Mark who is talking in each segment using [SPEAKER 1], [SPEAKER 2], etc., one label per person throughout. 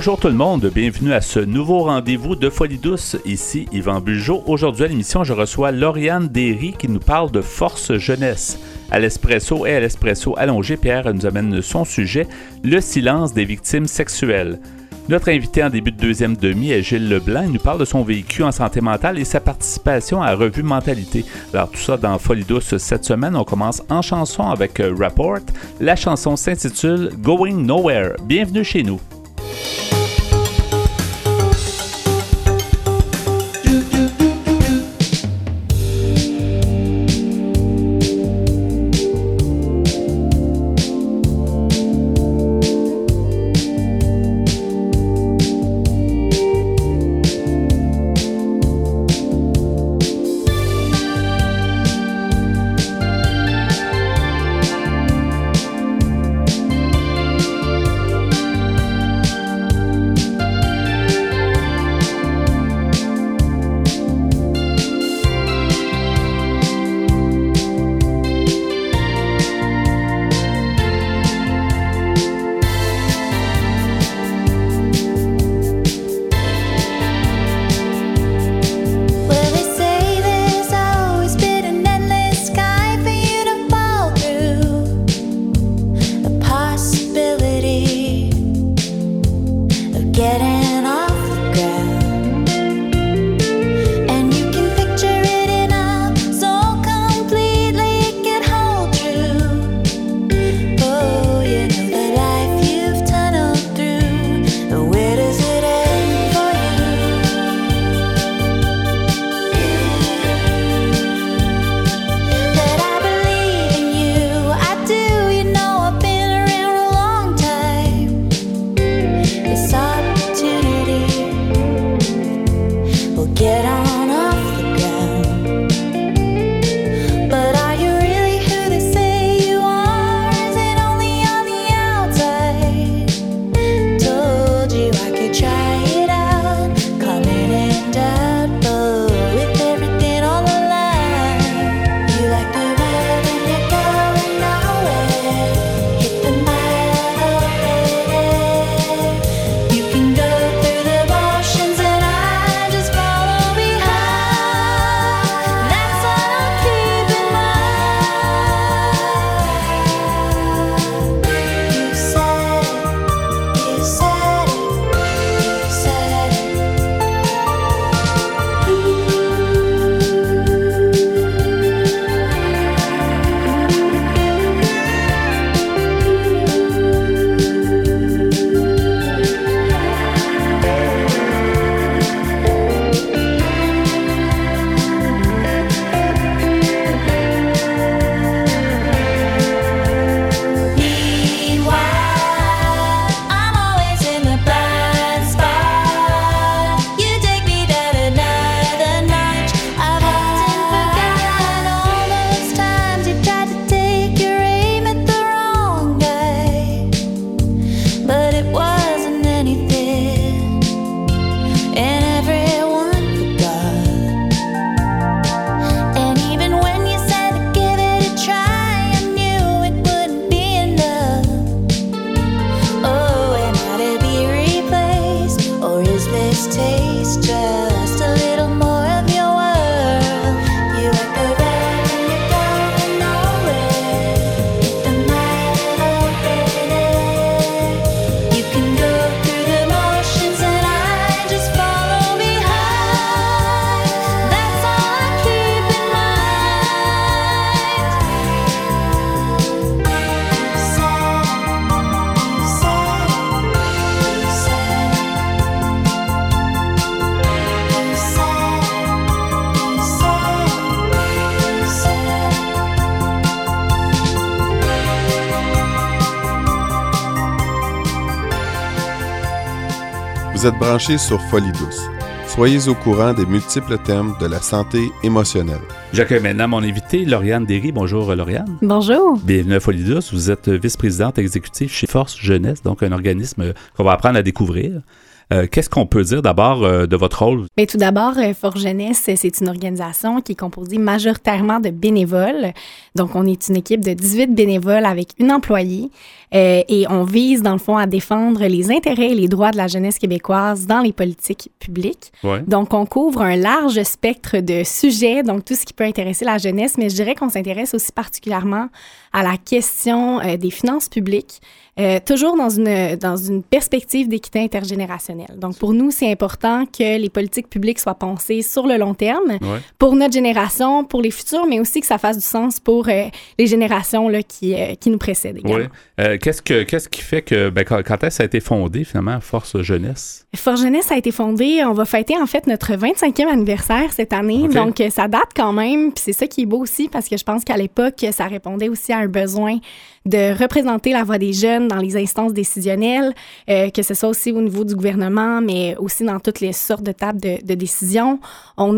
[SPEAKER 1] Bonjour tout le monde, bienvenue à ce nouveau rendez-vous de Folie douce. Ici Yvan Bugeaud. Aujourd'hui à l'émission, je reçois Lauriane Derry qui nous parle de Force Jeunesse. À l'espresso et à l'espresso allongé, Pierre nous amène son sujet, le silence des victimes sexuelles. Notre invité en début de deuxième demi est Gilles Leblanc. Il nous parle de son vécu en santé mentale et sa participation à la revue Mentalité. Alors tout ça dans Folie douce cette semaine. On commence en chanson avec Rapport. La chanson s'intitule Going Nowhere. Bienvenue chez nous.
[SPEAKER 2] Vous êtes branchés sur Folie douce. Soyez au courant des multiples thèmes de la santé émotionnelle.
[SPEAKER 1] J'accueille maintenant mon invité, Lauriane Derry. Bonjour Lauriane.
[SPEAKER 3] Bonjour.
[SPEAKER 1] Bienvenue à Folie douce. Vous êtes vice-présidente exécutive chez Force Jeunesse, donc un organisme qu'on va apprendre à découvrir. Qu'est-ce qu'on peut dire d'abord de votre rôle?
[SPEAKER 3] Bien, tout d'abord, Force Jeunesse, c'est une organisation qui est composée majoritairement de bénévoles. Donc, on est une équipe de 18 bénévoles avec une employée et on vise, dans le fond, à défendre les intérêts et les droits de la jeunesse québécoise dans les politiques publiques. Ouais. Donc, on couvre un large spectre de sujets, donc tout ce qui peut intéresser la jeunesse, mais je dirais qu'on s'intéresse aussi particulièrement à la question des finances publiques, toujours dans une perspective d'équité intergénérationnelle. Donc, pour nous, c'est important que les politiques publiques soient pensées sur le long terme, pour notre génération, pour les futurs, mais aussi que ça fasse du sens pour les générations là, qui nous précèdent également.
[SPEAKER 1] Oui. Qu'est-ce qui fait que, quand est-ce que ça a été fondé, finalement, Force Jeunesse?
[SPEAKER 3] Force Jeunesse a été fondée, on va fêter, en fait, notre 25e anniversaire cette année. Okay. Donc, ça date quand même, puis c'est ça qui est beau aussi, parce que je pense qu'à l'époque, ça répondait aussi à un besoin de représenter la voix des jeunes dans les instances décisionnelles, que ce soit aussi au niveau du gouvernement, mais aussi dans toutes les sortes de tables de décision. On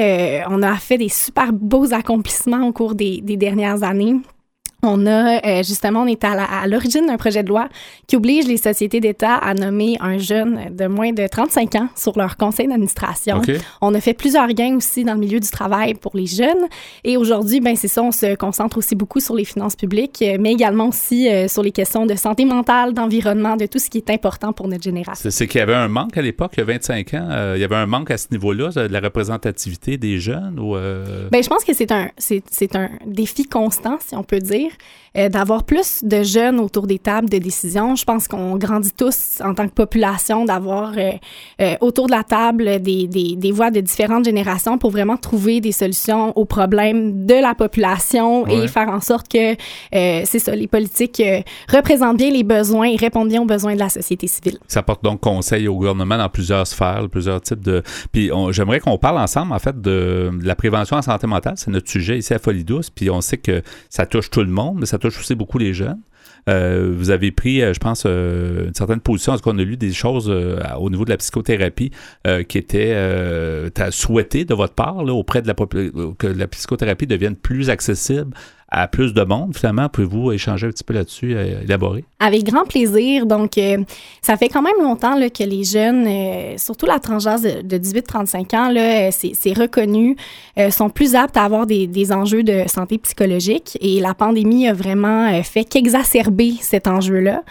[SPEAKER 3] a fait des super beaux accomplissements au cours des dernières années. On est à l'origine d'un projet de loi qui oblige les sociétés d'État à nommer un jeune de moins de 35 ans sur leur conseil d'administration. Okay. On a fait plusieurs gains aussi dans le milieu du travail pour les jeunes. Et aujourd'hui, c'est ça, on se concentre aussi beaucoup sur les finances publiques, mais également aussi sur les questions de santé mentale, d'environnement, de tout ce qui est important pour notre génération.
[SPEAKER 1] C'est qu'il y avait un manque à l'époque, il y a 25 ans. Il y avait un manque à ce niveau-là, de la représentativité des jeunes? Ou
[SPEAKER 3] je pense que c'est un défi constant, si on peut dire. D'avoir plus de jeunes autour des tables de décision. Je pense qu'on grandit tous en tant que population d'avoir autour de la table des voix de différentes générations pour vraiment trouver des solutions aux problèmes de la population et faire en sorte que, c'est ça, les politiques représentent bien les besoins et répondent bien aux besoins de la société civile.
[SPEAKER 1] Ça porte donc conseil au gouvernement dans plusieurs sphères, plusieurs types de... Puis j'aimerais qu'on parle ensemble, en fait, de la prévention en santé mentale. C'est notre sujet ici à Folie Douce, puis on sait que ça touche tout le monde, mais ça touche aussi beaucoup les jeunes. Vous avez pris, je pense, une certaine position. En tout cas, on a lu des choses au niveau de la psychothérapie qui étaient souhaitées de votre part, là, auprès de que la psychothérapie devienne plus accessible à plus de monde, finalement. Pouvez-vous échanger un petit peu là-dessus, élaborer?
[SPEAKER 3] Avec grand plaisir. Donc, ça fait quand même longtemps là, que les jeunes, surtout la tranche d'âge de 18-35 ans, là, c'est reconnu, sont plus aptes à avoir des enjeux de santé psychologique. Et la pandémie a vraiment fait qu'exacerber cet enjeu-là.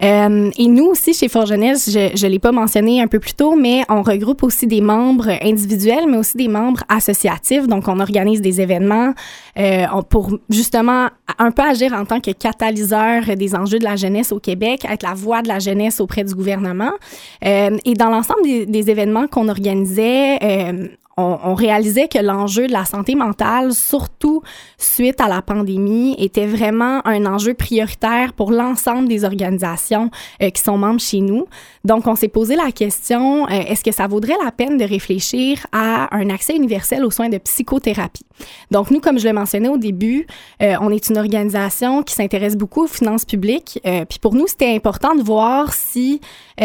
[SPEAKER 3] Et nous aussi, chez Force Jeunesse, je ne l'ai pas mentionné un peu plus tôt, mais on regroupe aussi des membres individuels, mais aussi des membres associatifs. Donc, on organise des événements pour justement un peu agir en tant que catalyseur des enjeux de la jeunesse au Québec, être la voix de la jeunesse auprès du gouvernement. Et dans l'ensemble des événements qu'on organisait, on réalisait que l'enjeu de la santé mentale, surtout suite à la pandémie, était vraiment un enjeu prioritaire pour l'ensemble des organisations qui sont membres chez nous. Donc, on s'est posé la question, est-ce que ça vaudrait la peine de réfléchir à un accès universel aux soins de psychothérapie? Donc, nous, comme je le mentionnais au début, on est une organisation qui s'intéresse beaucoup aux finances publiques. Puis pour nous, c'était important de voir si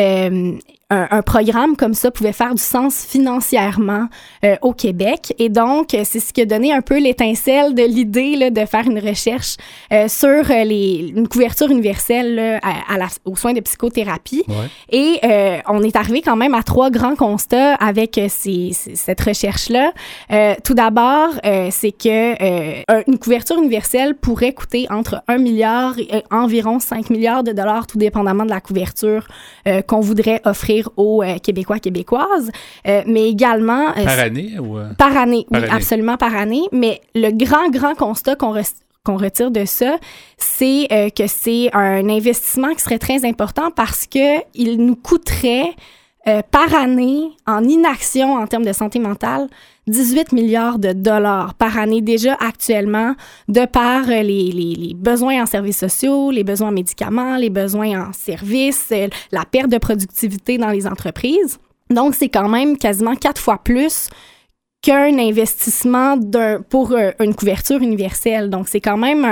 [SPEAKER 3] un programme comme ça pouvait faire du sens financièrement au Québec. Et donc, c'est ce qui a donné un peu l'étincelle de l'idée là, de faire une recherche sur une couverture universelle là, aux soins de psychothérapie. Ouais. Et on est arrivé quand même à 3 grands constats avec cette recherche-là. Tout d'abord, c'est que une couverture universelle pourrait coûter entre 1 milliard et environ 5 milliards de dollars, tout dépendamment de la couverture qu'on voudrait offrir aux Québécois, Québécoises, mais également...
[SPEAKER 1] Par année? Ou
[SPEAKER 3] Par année, oui, absolument par année. Mais le grand constat qu'on retire de ça, c'est que c'est un investissement qui serait très important parce qu'il nous coûterait par année, en inaction en termes de santé mentale, 18 milliards de dollars par année déjà actuellement, de par les besoins en services sociaux, les besoins en médicaments, les besoins en services, la perte de productivité dans les entreprises. Donc, c'est quand même quasiment 4 fois plus qu'un investissement pour une couverture universelle. Donc, c'est quand même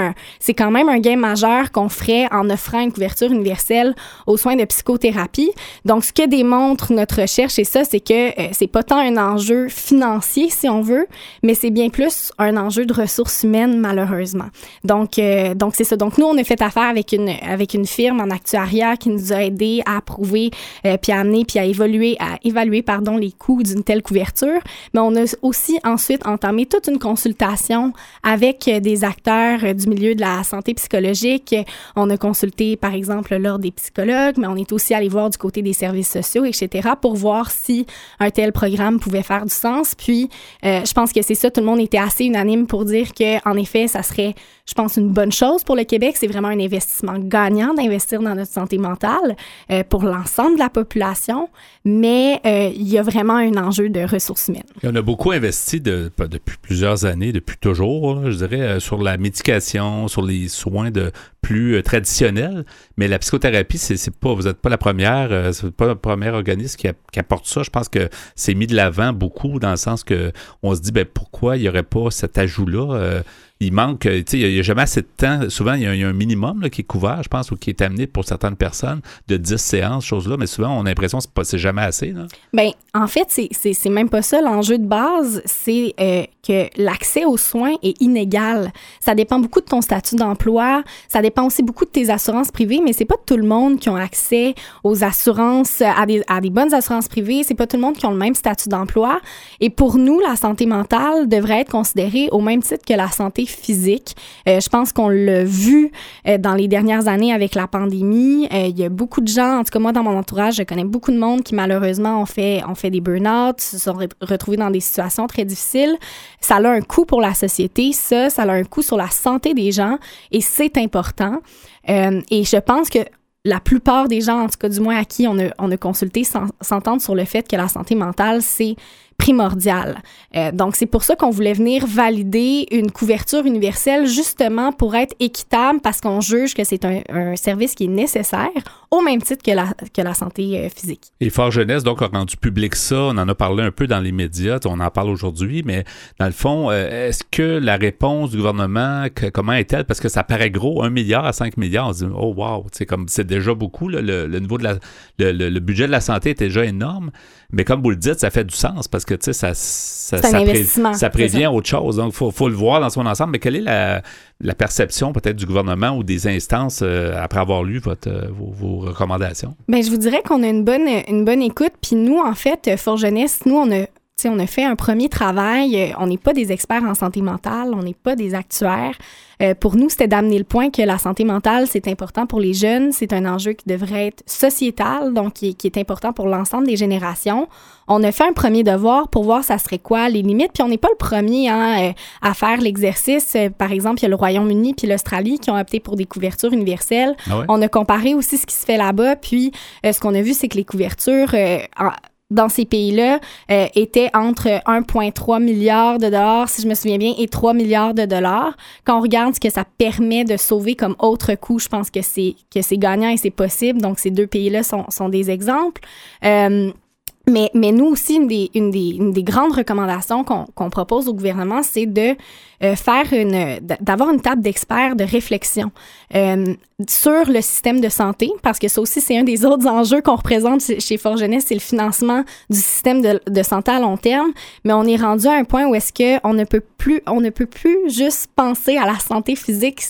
[SPEAKER 3] un gain majeur qu'on ferait en offrant une couverture universelle aux soins de psychothérapie. Donc, ce que démontre notre recherche, et ça, c'est que c'est pas tant un enjeu financier, si on veut, mais c'est bien plus un enjeu de ressources humaines, malheureusement. Donc c'est ça. Donc, nous, on a fait affaire avec une firme en actuariat qui nous a aidés à approuver, puis à amener, puis à évaluer les coûts d'une telle couverture. Mais on a aussi ensuite entamé toute une consultation avec des acteurs du milieu de la santé psychologique. On a consulté, par exemple, l'Ordre des psychologues, mais on est aussi allé voir du côté des services sociaux, etc., pour voir si un tel programme pouvait faire du sens. Puis, je pense que c'est ça, tout le monde était assez unanime pour dire qu'en effet, ça serait, je pense, une bonne chose pour le Québec. C'est vraiment un investissement gagnant d'investir dans notre santé mentale pour l'ensemble de la population, mais il y a vraiment un enjeu de ressources humaines.
[SPEAKER 1] Et on a beaucoup investi depuis plusieurs années, depuis toujours, je dirais, sur la médication, sur les soins plus traditionnels, mais la psychothérapie, vous n'êtes pas la première, c'est pas le premier organisme qui apporte ça. Je pense que c'est mis de l'avant beaucoup dans le sens que on se dit, pourquoi il n'y aurait pas cet ajout-là? Il manque, il n'y a jamais assez de temps. Souvent, il y a un minimum là, qui est couvert, je pense, ou qui est amené pour certaines personnes de 10 séances, choses-là, mais souvent, on a l'impression que c'est jamais assez. Là.
[SPEAKER 3] Bien, en fait, c'est même pas ça. L'enjeu de base, c'est que l'accès aux soins est inégal. Ça dépend beaucoup de ton statut d'emploi, ça dépend aussi beaucoup de tes assurances privées, mais c'est pas tout le monde qui a accès aux assurances, à des bonnes assurances privées, c'est pas tout le monde qui a le même statut d'emploi. Et pour nous, la santé mentale devrait être considérée au même titre que la santé physique. Je pense qu'on l'a vu dans les dernières années avec la pandémie. Il y a beaucoup de gens, en tout cas moi dans mon entourage, je connais beaucoup de monde qui malheureusement ont fait des burn-out, se sont retrouvés dans des situations très difficiles. Ça a un coût pour la société, ça a un coût sur la santé des gens et c'est important. Et je pense que la plupart des gens, en tout cas du moins à qui on a consulté, s'entendent sur le fait que la santé mentale, c'est primordial. Donc, c'est pour ça qu'on voulait venir valider une couverture universelle justement pour être équitable parce qu'on juge que c'est un service qui est nécessaire au même titre que la santé physique.
[SPEAKER 1] Et Fort Jeunesse, donc, a rendu public ça. On en a parlé un peu dans les médias. On en parle aujourd'hui, mais dans le fond, est-ce que la réponse du gouvernement, comment est-elle? Parce que ça paraît gros, 1 milliard à 5 milliards. On se dit, oh wow, c'est déjà beaucoup. Là, le niveau de le budget de la santé est déjà énorme. Mais comme vous le dites, ça fait du sens parce que ça prévient autre chose. Donc, il faut le voir dans son ensemble. Mais quelle est la perception peut-être du gouvernement ou des instances après avoir lu vos recommandations?
[SPEAKER 3] Bien, je vous dirais qu'on a une bonne écoute. Puis nous, en fait, Fort Jeunesse, nous, on a fait un premier travail. On n'est pas des experts en santé mentale, on n'est pas des actuaires. Pour nous, c'était d'amener le point que la santé mentale, c'est important pour les jeunes. C'est un enjeu qui devrait être sociétal, donc qui est important pour l'ensemble des générations. On a fait un premier devoir pour voir ça serait quoi les limites. Puis on n'est pas le premier à faire l'exercice. Par exemple, il y a le Royaume-Uni puis l'Australie qui ont opté pour des couvertures universelles. Ah ouais? On a comparé aussi ce qui se fait là-bas. Puis ce qu'on a vu, c'est que les couvertures dans ces pays-là, étaient entre 1,3 milliard de dollars, si je me souviens bien, et 3 milliards de dollars. Quand on regarde ce que ça permet de sauver comme autre coût, je pense que c'est gagnant et c'est possible. Donc, ces deux pays-là sont des exemples. Mais nous aussi, une des grandes recommandations qu'on propose au gouvernement, c'est de d'avoir une table d'experts de réflexion sur le système de santé, parce que ça aussi, c'est un des autres enjeux qu'on représente chez Fort Jeunesse, c'est le financement du système de santé à long terme. Mais on est rendu à un point où est-ce que on ne peut plus juste penser à la santé physique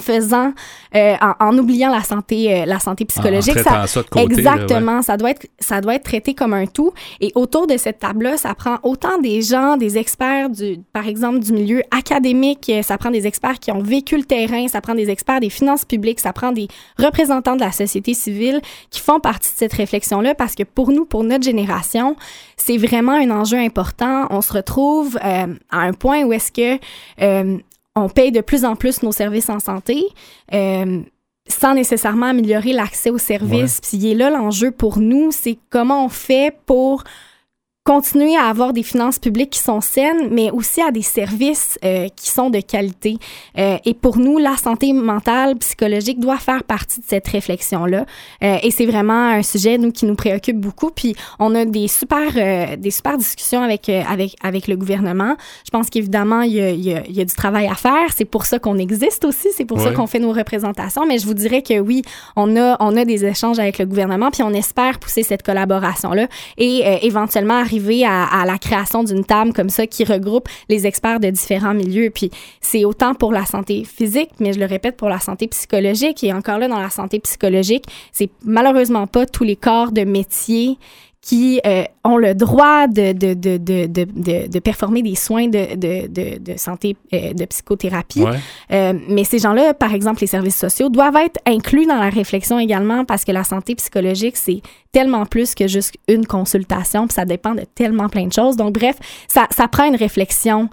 [SPEAKER 3] en oubliant la santé psychologique.
[SPEAKER 1] Ça de côté,
[SPEAKER 3] exactement.
[SPEAKER 1] Ouais.
[SPEAKER 3] Ça doit être traité comme un tout. Et autour de cette table-là, ça prend autant des gens, des experts par exemple, du milieu académique, ça prend des experts qui ont vécu le terrain, ça prend des experts des finances publiques, ça prend des représentants de la société civile qui font partie de cette réflexion-là parce que pour nous, pour notre génération, c'est vraiment un enjeu important. On se retrouve à un point où est-ce que on paye de plus en plus nos services en santé sans nécessairement améliorer l'accès aux services. Ouais. Puis il est là l'enjeu pour nous, c'est comment on fait pour continuer à avoir des finances publiques qui sont saines, mais aussi à des services qui sont de qualité. Et pour nous, la santé mentale, psychologique doit faire partie de cette réflexion-là. Et c'est vraiment un sujet, nous, qui nous préoccupe beaucoup. Puis on a des super discussions avec le gouvernement. Je pense qu'évidemment, il y a du travail à faire. C'est pour ça qu'on existe aussi. C'est pour ça qu'on fait nos représentations. Mais je vous dirais que oui, on a des échanges avec le gouvernement, puis on espère pousser cette collaboration-là et éventuellement arriver à la création d'une table comme ça qui regroupe les experts de différents milieux. Puis c'est autant pour la santé physique, mais je le répète, pour la santé psychologique. Et encore là, dans la santé psychologique, c'est malheureusement pas tous les corps de métier qui ont le droit de performer des soins de santé, de psychothérapie. Mais ces gens-là, par exemple, les services sociaux, doivent être inclus dans la réflexion également parce que la santé psychologique, c'est tellement plus que juste une consultation, puis ça dépend de tellement plein de choses. Donc, bref, ça prend une réflexion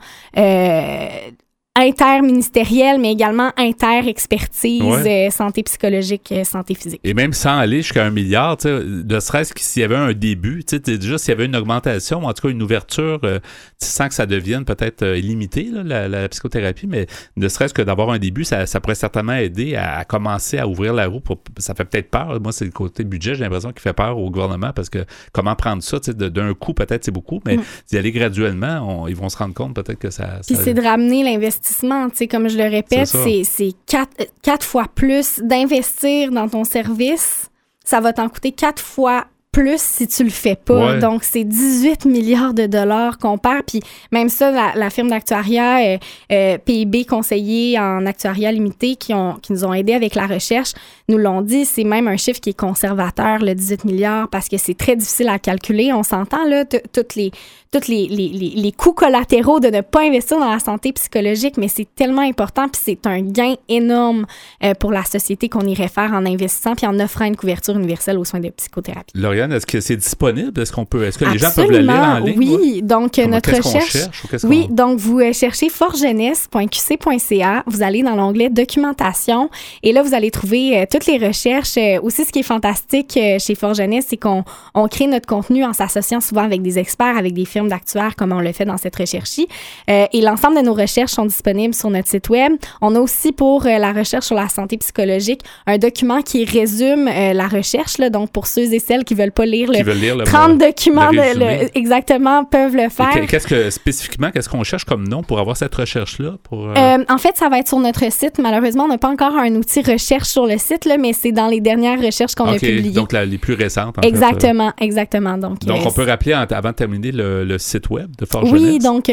[SPEAKER 3] interministérielle, mais également inter-expertise, santé psychologique, santé physique.
[SPEAKER 1] Et même sans aller jusqu'à 1 milliard, ne serait-ce que s'il y avait un début, déjà s'il y avait une augmentation, ou en tout cas une ouverture, sans que ça devienne peut-être illimité, là, la psychothérapie, mais ne serait-ce que d'avoir un début, ça pourrait certainement aider à commencer à ouvrir la roue. Ça fait peut-être peur. Moi, c'est le côté budget, j'ai l'impression qu'il fait peur au gouvernement parce que comment prendre ça, d'un coup, peut-être c'est beaucoup, mais d'y aller graduellement, ils vont se rendre compte peut-être que ça...
[SPEAKER 3] Puis c'est de ramener l'investissement. Comme je le répète, c'est 4 fois plus d'investir dans ton service. Ça va t'en coûter 4 fois plus si tu le fais pas. Donc, c'est 18 milliards de dollars qu'on perd. Puis même ça, la firme d'actuariat PIB conseillers en actuariat limité qui nous ont aidés avec la recherche nous l'ont dit. C'est même un chiffre qui est conservateur, le 18 milliards, parce que c'est très difficile à calculer. On s'entend, là, tous les coûts collatéraux de ne pas investir dans la santé psychologique, mais c'est tellement important, puis c'est un gain énorme pour la société qu'on irait faire en investissant puis en offrant une couverture universelle aux soins de psychothérapie.
[SPEAKER 1] Lauriane, est-ce que c'est disponible? Est-ce que les gens peuvent le lire en ligne?
[SPEAKER 3] Oui, donc notre recherche... Donc vous cherchez fortjeunesse.qc.ca, vous allez dans l'onglet documentation et là vous allez trouver toutes les recherches. Aussi, ce qui est fantastique chez Fort Jeunesse, c'est qu'on crée notre contenu en s'associant souvent avec des experts, avec des firmes d'actuaires, comme on le fait dans cette recherche-ci. Et l'ensemble de nos recherches sont disponibles sur notre site web. On a aussi pour la recherche sur la santé psychologique un document qui résume la recherche. Là, donc, pour ceux et celles qui veulent pas lire le 30 documents exactement peuvent le faire.
[SPEAKER 1] Spécifiquement, qu'est-ce qu'on cherche comme nom pour avoir cette recherche-là?
[SPEAKER 3] En fait, ça va être sur notre site. Malheureusement, on n'a pas encore un outil recherche sur le site, là, mais c'est dans les dernières recherches qu'on a publiées. Donc,
[SPEAKER 1] les plus récentes.
[SPEAKER 3] Exactement. Donc
[SPEAKER 1] on peut rappeler, avant de terminer, le site web de Fort Jeunesse?
[SPEAKER 3] Oui, donc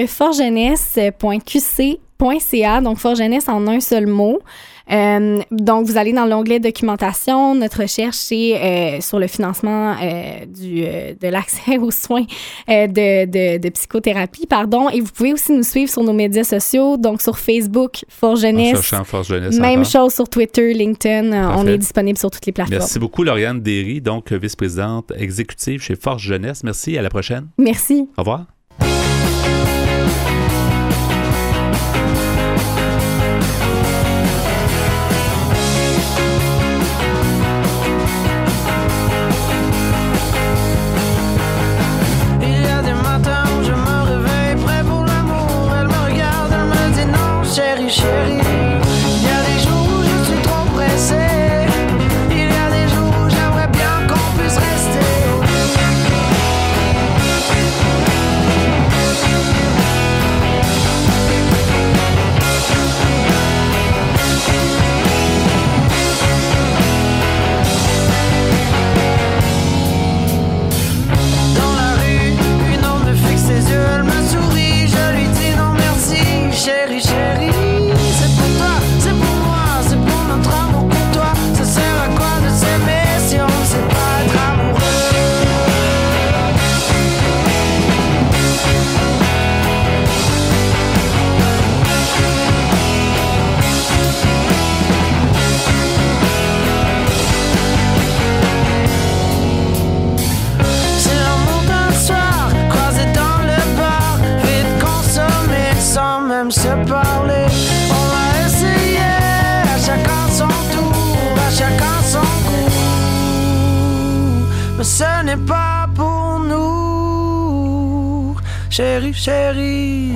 [SPEAKER 3] fortjeunesse.qc.ca, donc Fort Jeunesse en un seul mot. Donc, vous allez dans l'onglet documentation. Notre recherche, c'est sur le financement de l'accès aux soins de psychothérapie, et vous pouvez aussi nous suivre sur nos médias sociaux, donc sur Facebook, Fort Jeunesse. En cherchant Fort Jeunesse. Même chose sur Twitter, LinkedIn. On est disponible sur toutes les plateformes.
[SPEAKER 1] Merci beaucoup, Lauriane Derry, donc vice-présidente exécutive chez Fort Jeunesse. Merci, à la prochaine.
[SPEAKER 3] Merci.
[SPEAKER 1] Au revoir.
[SPEAKER 4] Chérie, il y a des jours où je suis trop pressé. Il y a des jours où j'aimerais bien qu'on puisse rester. chérie, chérie.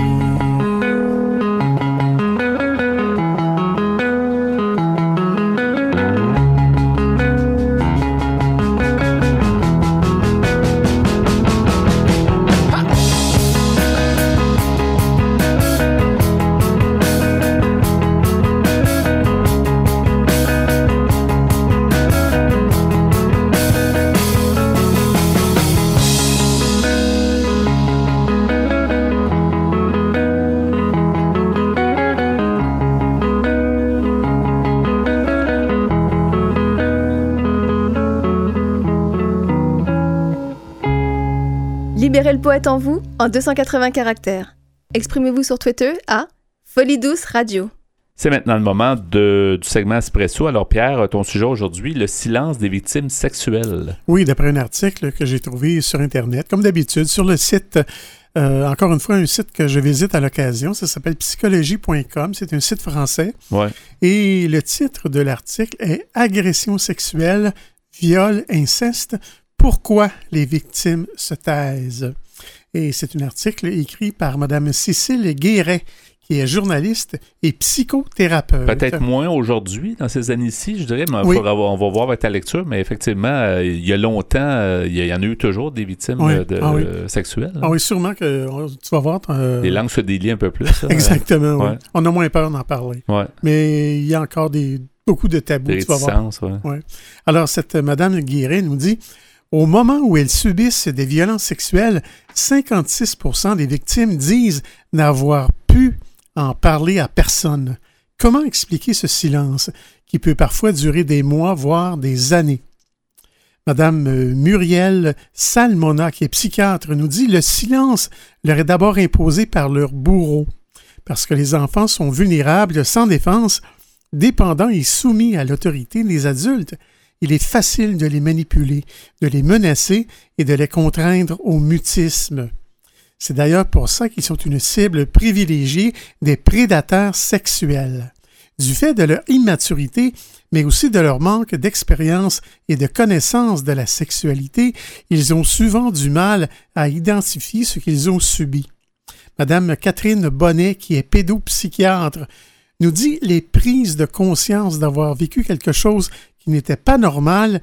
[SPEAKER 5] Libérez le poète en vous en 280 caractères. Exprimez-vous sur Twitter à Folie Douce Radio.
[SPEAKER 1] C'est maintenant le moment du segment Espresso. Alors Pierre, ton sujet aujourd'hui, le silence des victimes sexuelles.
[SPEAKER 6] Oui, d'après un article que j'ai trouvé sur Internet, comme d'habitude, sur le site, encore une fois, un site que je visite à l'occasion, ça s'appelle psychologie.com, c'est un site français.
[SPEAKER 1] Ouais.
[SPEAKER 6] Et le titre de l'article est « Agression sexuelle, viol, inceste, pourquoi les victimes se taisent ?» Et c'est un article écrit par Mme Cécile Guéret, qui est journaliste et psychothérapeute.
[SPEAKER 1] Peut-être moins aujourd'hui, dans ces années-ci, je dirais, mais
[SPEAKER 6] oui.
[SPEAKER 1] on va voir avec ta lecture, mais effectivement, il y a longtemps, il y en a eu toujours des victimes sexuelles.
[SPEAKER 6] Ah oui, sûrement que tu vas voir.
[SPEAKER 1] Les langues se délient un peu plus.
[SPEAKER 6] Exactement, oui.
[SPEAKER 1] Ouais.
[SPEAKER 6] On a moins peur d'en parler.
[SPEAKER 1] Ouais.
[SPEAKER 6] Mais il y a encore beaucoup de tabous,
[SPEAKER 1] des
[SPEAKER 6] tu vas voir.
[SPEAKER 1] Ouais.
[SPEAKER 6] Alors, cette Mme Guéret nous dit... Au moment où elles subissent des violences sexuelles, 56% des victimes disent n'avoir pu en parler à personne. Comment expliquer ce silence qui peut parfois durer des mois, voire des années? Madame Muriel Salmona, qui est psychiatre, nous dit « Le silence leur est d'abord imposé par leur bourreau, parce que les enfants sont vulnérables, sans défense, dépendants et soumis à l'autorité des adultes. Il est facile de les manipuler, de les menacer et de les contraindre au mutisme. C'est d'ailleurs pour ça qu'ils sont une cible privilégiée des prédateurs sexuels. Du fait de leur immaturité, mais aussi de leur manque d'expérience et de connaissance de la sexualité, ils ont souvent du mal à identifier ce qu'ils ont subi. Madame Catherine Bonnet, qui est pédopsychiatre, nous dit les prises de conscience d'avoir vécu quelque chose qui n'était pas normal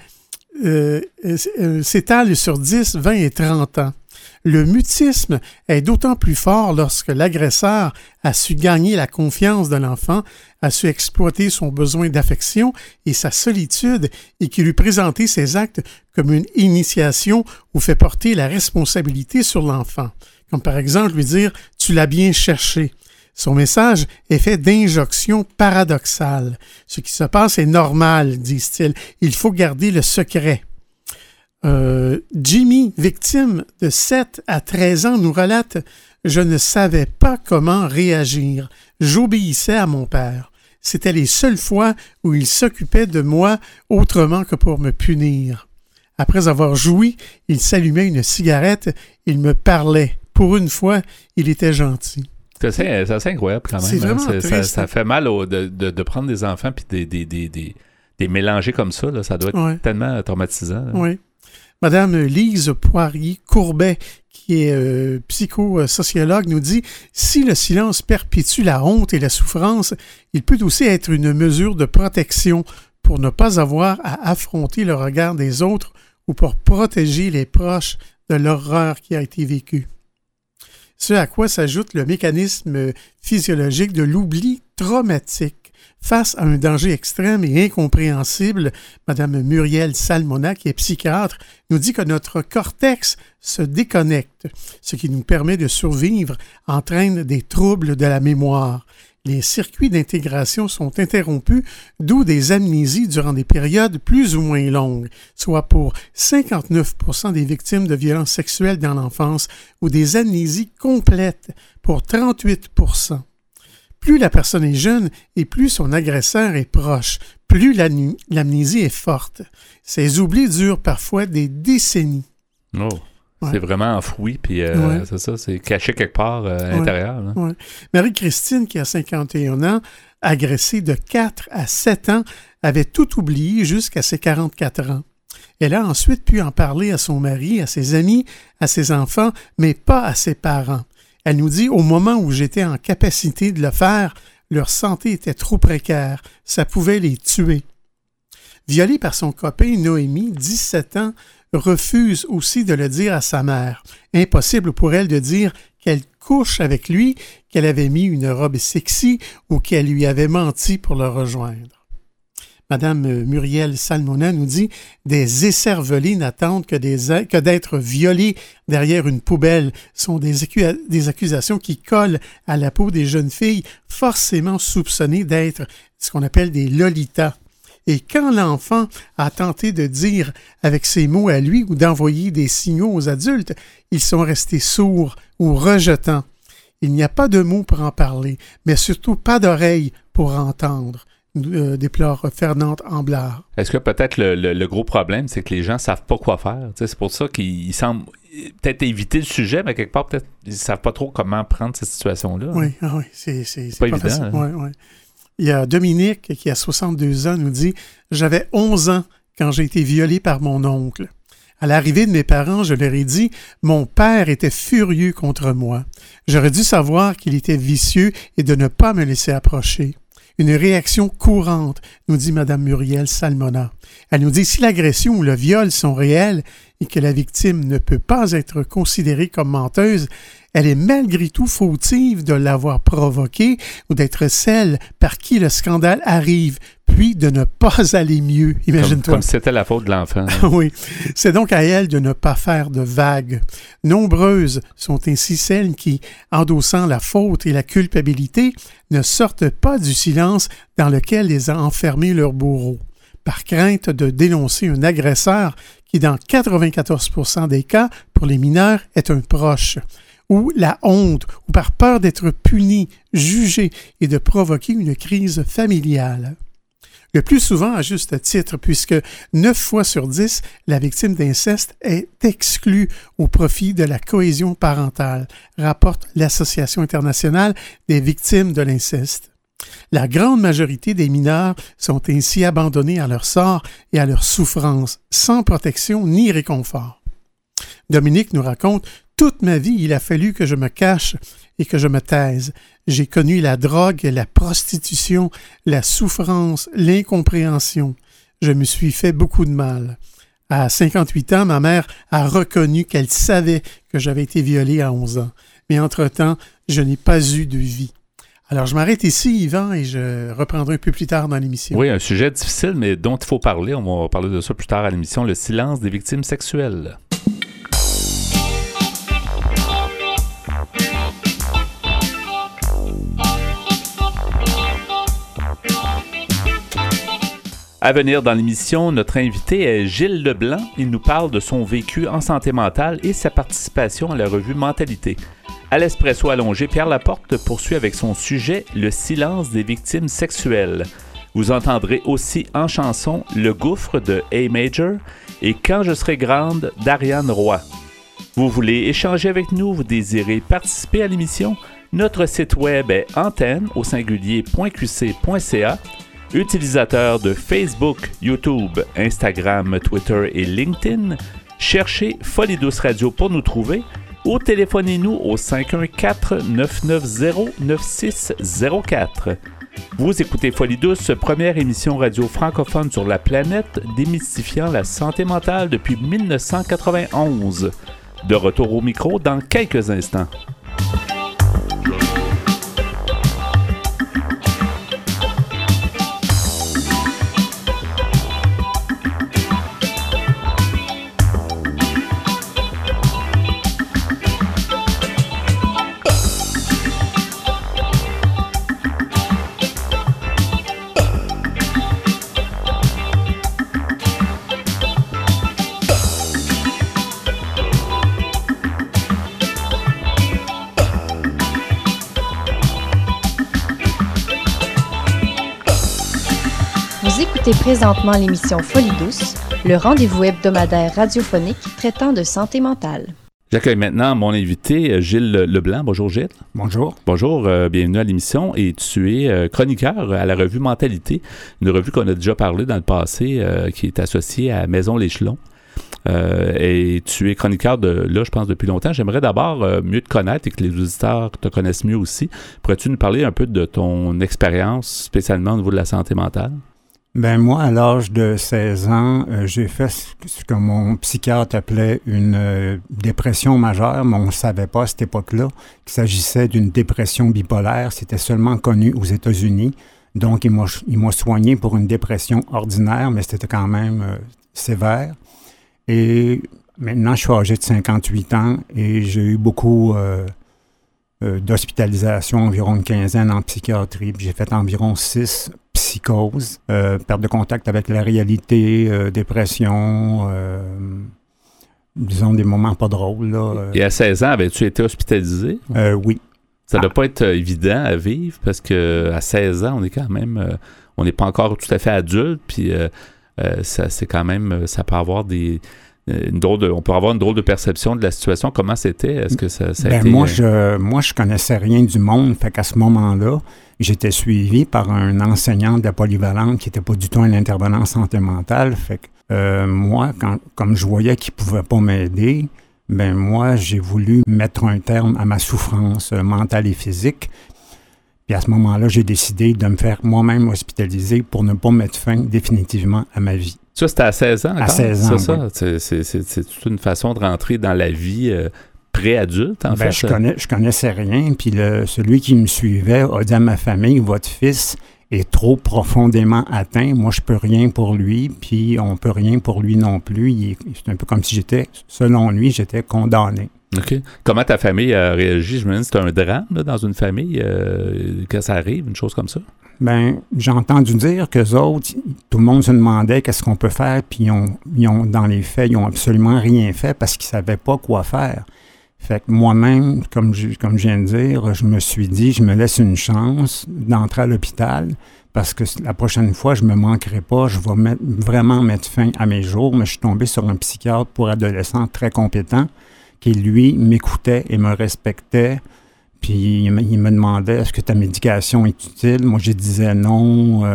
[SPEAKER 6] s'étalent sur 10, 20 et 30 ans. Le mutisme est d'autant plus fort lorsque l'agresseur a su gagner la confiance de l'enfant, a su exploiter son besoin d'affection et sa solitude et qui lui présentait ses actes comme une initiation ou fait porter la responsabilité sur l'enfant. Comme par exemple lui dire « tu l'as bien cherché ». Son message est fait d'injonctions paradoxales. Ce qui se passe est normal, disent-ils. Il faut garder le secret. Jimmy, victime de 7 à 13 ans, nous relate « Je ne savais pas comment réagir. J'obéissais à mon père. C'était les seules fois où il s'occupait de moi autrement que pour me punir. Après avoir joui, il s'allumait une cigarette, il me parlait. Pour une fois, il était gentil. »
[SPEAKER 1] C'est assez incroyable quand même.
[SPEAKER 6] C'est vraiment triste.
[SPEAKER 1] Ça fait mal de prendre des enfants et des mélanger comme ça. Là, ça doit être tellement traumatisant. Là.
[SPEAKER 6] Oui. Madame Lise Poirier-Courbet, qui est psychosociologue, nous dit « Si le silence perpétue la honte et la souffrance, il peut aussi être une mesure de protection pour ne pas avoir à affronter le regard des autres ou pour protéger les proches de l'horreur qui a été vécue. » Ce à quoi s'ajoute le mécanisme physiologique de l'oubli traumatique. Face à un danger extrême et incompréhensible, Mme Muriel Salmona, qui est psychiatre, nous dit que notre cortex se déconnecte. Ce qui nous permet de survivre entraîne des troubles de la mémoire. Les circuits d'intégration sont interrompus, d'où des amnésies durant des périodes plus ou moins longues, soit pour 59% des victimes de violences sexuelles dans l'enfance ou des amnésies complètes pour 38%. Plus la personne est jeune et plus son agresseur est proche, plus l'amnésie est forte. Ces oublis durent parfois des décennies.
[SPEAKER 1] Oh. Ouais. C'est vraiment enfoui, puis c'est ça, c'est caché quelque part à l'intérieur. Là.
[SPEAKER 6] Ouais. Marie-Christine, qui a 51 ans, agressée de 4 à 7 ans, avait tout oublié jusqu'à ses 44 ans. Elle a ensuite pu en parler à son mari, à ses amis, à ses enfants, mais pas à ses parents. Elle nous dit « Au moment où j'étais en capacité de le faire, leur santé était trop précaire, ça pouvait les tuer. » Violée par son copain, Noémie, 17 ans, refuse aussi de le dire à sa mère. Impossible pour elle de dire qu'elle couche avec lui, qu'elle avait mis une robe sexy ou qu'elle lui avait menti pour le rejoindre. Madame Muriel Salmona nous dit « Des écervelés n'attendent que d'être violés derrière une poubelle. Sont des accusations qui collent à la peau des jeunes filles forcément soupçonnées d'être ce qu'on appelle des lolitas. Et quand l'enfant a tenté de dire avec ses mots à lui ou d'envoyer des signaux aux adultes, ils sont restés sourds ou rejetants. Il n'y a pas de mots pour en parler, mais surtout pas d'oreilles pour entendre. » déplore Fernande Amblard.
[SPEAKER 1] Est-ce que peut-être le gros problème, c'est que les gens ne savent pas quoi faire? T'sais, c'est pour ça qu'ils semblent peut-être éviter le sujet, mais quelque part, peut-être ils ne savent pas trop comment prendre cette situation-là.
[SPEAKER 6] Oui, c'est pas
[SPEAKER 1] évident.
[SPEAKER 6] Facile. Oui. Il y a Dominique, qui a 62 ans, nous dit « J'avais 11 ans quand j'ai été violée par mon oncle. À l'arrivée de mes parents, je leur ai dit « Mon père était furieux contre moi. J'aurais dû savoir qu'il était vicieux et de ne pas me laisser approcher. » Une réaction courante, nous dit Mme Muriel Salmona. Elle nous dit « Si l'agression ou le viol sont réels et que la victime ne peut pas être considérée comme menteuse, elle est malgré tout fautive de l'avoir provoqué ou d'être celle par qui le scandale arrive, puis de ne pas aller mieux. » Imagine-toi.
[SPEAKER 1] Comme si c'était la faute de l'enfant.
[SPEAKER 6] Oui. C'est donc à elle de ne pas faire de vagues. Nombreuses sont ainsi celles qui, endossant la faute et la culpabilité, ne sortent pas du silence dans lequel les a enfermés leur bourreau, par crainte de dénoncer un agresseur qui, dans 94% des cas, pour les mineurs, est un proche, ou la honte, ou par peur d'être puni, jugé et de provoquer une crise familiale. Le plus souvent à juste titre, puisque 9 fois sur 10, la victime d'inceste est exclue au profit de la cohésion parentale, rapporte l'Association internationale des victimes de l'inceste. La grande majorité des mineurs sont ainsi abandonnés à leur sort et à leur souffrance, sans protection ni réconfort. Dominique nous raconte « Toute ma vie, il a fallu que je me cache et que je me taise. J'ai connu la drogue, la prostitution, la souffrance, l'incompréhension. Je me suis fait beaucoup de mal. À 58 ans, ma mère a reconnu qu'elle savait que j'avais été violée à 11 ans. Mais entre-temps, je n'ai pas eu de vie. » Alors, je m'arrête ici, Yvan, et je reprendrai un peu plus tard dans l'émission.
[SPEAKER 1] Oui, un sujet difficile, mais dont il faut parler. On va parler de ça plus tard à l'émission, le silence des victimes sexuelles. À venir dans l'émission, notre invité est Gilles Leblanc. Il nous parle de son vécu en santé mentale et sa participation à la revue Mentalité. À l'Espresso allongé, Pierre Laporte poursuit avec son sujet « Le silence des victimes sexuelles ». Vous entendrez aussi en chanson « Le gouffre » de A Major et « Quand je serai grande » d'Ariane Roy. Vous voulez échanger avec nous, vous désirez participer à l'émission? Notre site web est antenne.qc.ca. Utilisateur de Facebook, YouTube, Instagram, Twitter et LinkedIn, cherchez Folie Douce Radio pour nous trouver ou téléphonez-nous au 514-990-9604. Vous écoutez Folie Douce, première émission radio francophone sur la planète démystifiant la santé mentale depuis 1991. De retour au micro dans quelques instants.
[SPEAKER 7] Vous écoutez présentement l'émission Folie Douce, le rendez-vous hebdomadaire radiophonique traitant de santé mentale.
[SPEAKER 1] J'accueille maintenant mon invité, Gilles Leblanc. Bonjour Gilles.
[SPEAKER 8] Bonjour.
[SPEAKER 1] Bonjour, bienvenue à l'émission. Et tu es chroniqueur à la revue Mentalité, une revue qu'on a déjà parlé dans le passé, qui est associée à Maison l'Échelon. Et tu es chroniqueur je pense, depuis longtemps. J'aimerais d'abord mieux te connaître et que les auditeurs te connaissent mieux aussi. Pourrais-tu nous parler un peu de ton expérience, spécialement au niveau de la santé mentale?
[SPEAKER 8] Ben moi, à l'âge de 16 ans, j'ai fait ce que mon psychiatre appelait une dépression majeure, mais on ne savait pas à cette époque-là qu'il s'agissait d'une dépression bipolaire. C'était seulement connu aux États-Unis. Donc, il m'a soigné pour une dépression ordinaire, mais c'était quand même sévère. Et maintenant, je suis âgé de 58 ans et j'ai eu beaucoup d'hospitalisation, environ une quinzaine en psychiatrie. Puis j'ai fait environ 6 psychoses, perte de contact avec la réalité, dépression, disons des moments pas drôles. Là,
[SPEAKER 1] Et à 16 ans, avais-tu été hospitalisé?
[SPEAKER 8] Oui.
[SPEAKER 1] Ça ne doit pas être évident à vivre parce qu'à 16 ans, on est quand même... on n'est pas encore tout à fait adulte, puis ça peut avoir on peut avoir une drôle de perception de la situation. Comment c'était? Est-ce que ça a été...
[SPEAKER 8] Moi, je connaissais rien du monde. Fait qu'à ce moment-là, j'étais suivi par un enseignant de la polyvalente qui n'était pas du tout un intervenant en santé mentale. Fait que moi, comme je voyais qu'il ne pouvait pas m'aider, moi, j'ai voulu mettre un terme à ma souffrance mentale et physique. Puis à ce moment-là, j'ai décidé de me faire moi-même hospitaliser pour ne pas mettre fin définitivement à ma vie.
[SPEAKER 1] Ça, c'était à 16 ans encore?
[SPEAKER 8] À 16 ans,
[SPEAKER 1] c'est
[SPEAKER 8] oui.
[SPEAKER 1] Ça? C'est toute une façon de rentrer dans la vie pré-adulte, en fait.
[SPEAKER 8] Je connaissais rien, puis celui qui me suivait a dit à ma famille, votre fils est trop profondément atteint, moi je peux rien pour lui, puis on peut rien pour lui non plus. C'est un peu comme si selon lui, j'étais condamné.
[SPEAKER 1] OK. Comment ta famille a réagi? Je me dis, c'est un drame là, dans une famille quand ça arrive, une chose comme ça?
[SPEAKER 8] J'ai entendu dire qu'eux autres, tout le monde se demandait qu'est-ce qu'on peut faire, puis ils ont, dans les faits, ils n'ont absolument rien fait parce qu'ils ne savaient pas quoi faire. Fait que moi-même, comme je viens de dire, je me suis dit, je me laisse une chance d'entrer à l'hôpital parce que la prochaine fois, je ne me manquerai pas, je vais vraiment mettre fin à mes jours. Mais je suis tombé sur un psychiatre pour adolescents très compétent qui, lui, m'écoutait et me respectait. Puis il me demandait, est-ce que ta médication est utile? Moi, je disais non.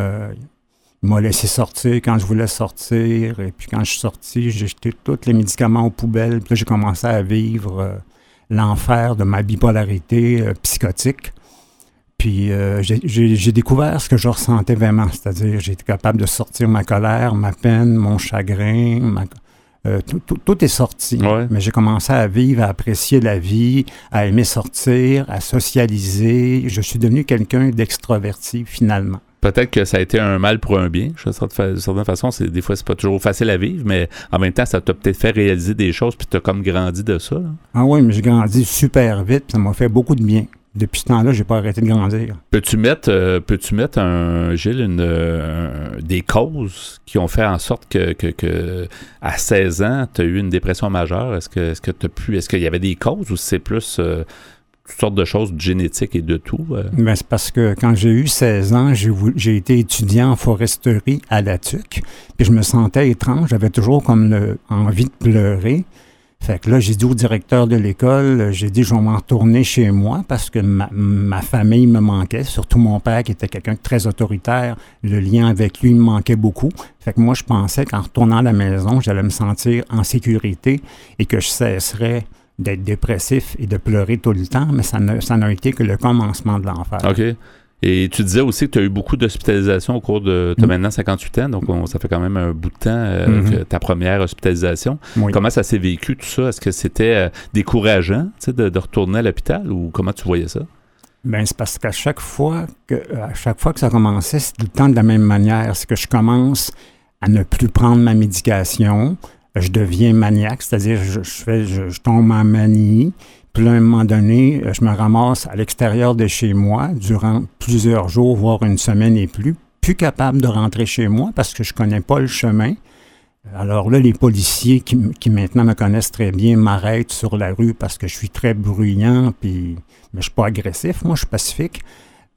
[SPEAKER 8] Il m'a laissé sortir quand je voulais sortir. Et puis quand je suis sorti, j'ai jeté tous les médicaments aux poubelles. Puis là, j'ai commencé à vivre l'enfer de ma bipolarité psychotique. Puis j'ai découvert ce que je ressentais vraiment. C'est-à-dire, j'ai été capable de sortir ma colère, ma peine, mon chagrin, tout est sorti.
[SPEAKER 1] Ouais.
[SPEAKER 8] Mais j'ai commencé à vivre, à apprécier la vie, à aimer sortir, à socialiser. Je suis devenu quelqu'un d'extraverti, finalement.
[SPEAKER 1] Peut-être que ça a été un mal pour un bien. De certaine façon, des fois, c'est pas toujours facile à vivre, mais en même temps, ça t'a peut-être fait réaliser des choses, puis t'as comme grandi de ça. Là.
[SPEAKER 8] Ah oui, mais j'ai grandi super vite, puis ça m'a fait beaucoup de bien. Depuis ce temps-là, j'ai pas arrêté de grandir.
[SPEAKER 1] Peux-tu mettre Gilles, des causes qui ont fait en sorte que à 16 ans, tu as eu une dépression majeure? Est-ce qu'il y avait des causes ou c'est plus toutes sortes de choses génétiques et de tout?
[SPEAKER 8] C'est parce que quand j'ai eu 16 ans, j'ai été étudiant en foresterie à la TUC, puis je me sentais étrange, j'avais toujours comme envie de pleurer. Fait que là, j'ai dit au directeur de l'école, je vais m'en retourner chez moi parce que ma famille me manquait, surtout mon père qui était quelqu'un de très autoritaire. Le lien avec lui me manquait beaucoup. Fait que moi, je pensais qu'en retournant à la maison, j'allais me sentir en sécurité et que je cesserais d'être dépressif et de pleurer tout le temps, mais ça n'a été que le commencement de l'enfer.
[SPEAKER 1] OK. Et tu disais aussi que tu as eu beaucoup d'hospitalisations au cours de... Tu as maintenant 58 ans, donc ça fait quand même un bout de temps que ta première hospitalisation.
[SPEAKER 8] Oui.
[SPEAKER 1] Comment ça s'est vécu, tout ça? Est-ce que c'était décourageant de retourner à l'hôpital ou comment tu voyais ça?
[SPEAKER 8] C'est parce qu'à chaque fois que ça commençait, c'est tout le temps de la même manière. C'est que je commence à ne plus prendre ma médication. Je deviens maniaque, c'est-à-dire je tombe en manie. Puis là, à un moment donné, je me ramasse à l'extérieur de chez moi durant plusieurs jours, voire une semaine et plus capable de rentrer chez moi parce que je ne connais pas le chemin. Alors là, les policiers qui maintenant me connaissent très bien m'arrêtent sur la rue parce que je suis très bruyant, mais je ne suis pas agressif, moi, je suis pacifique.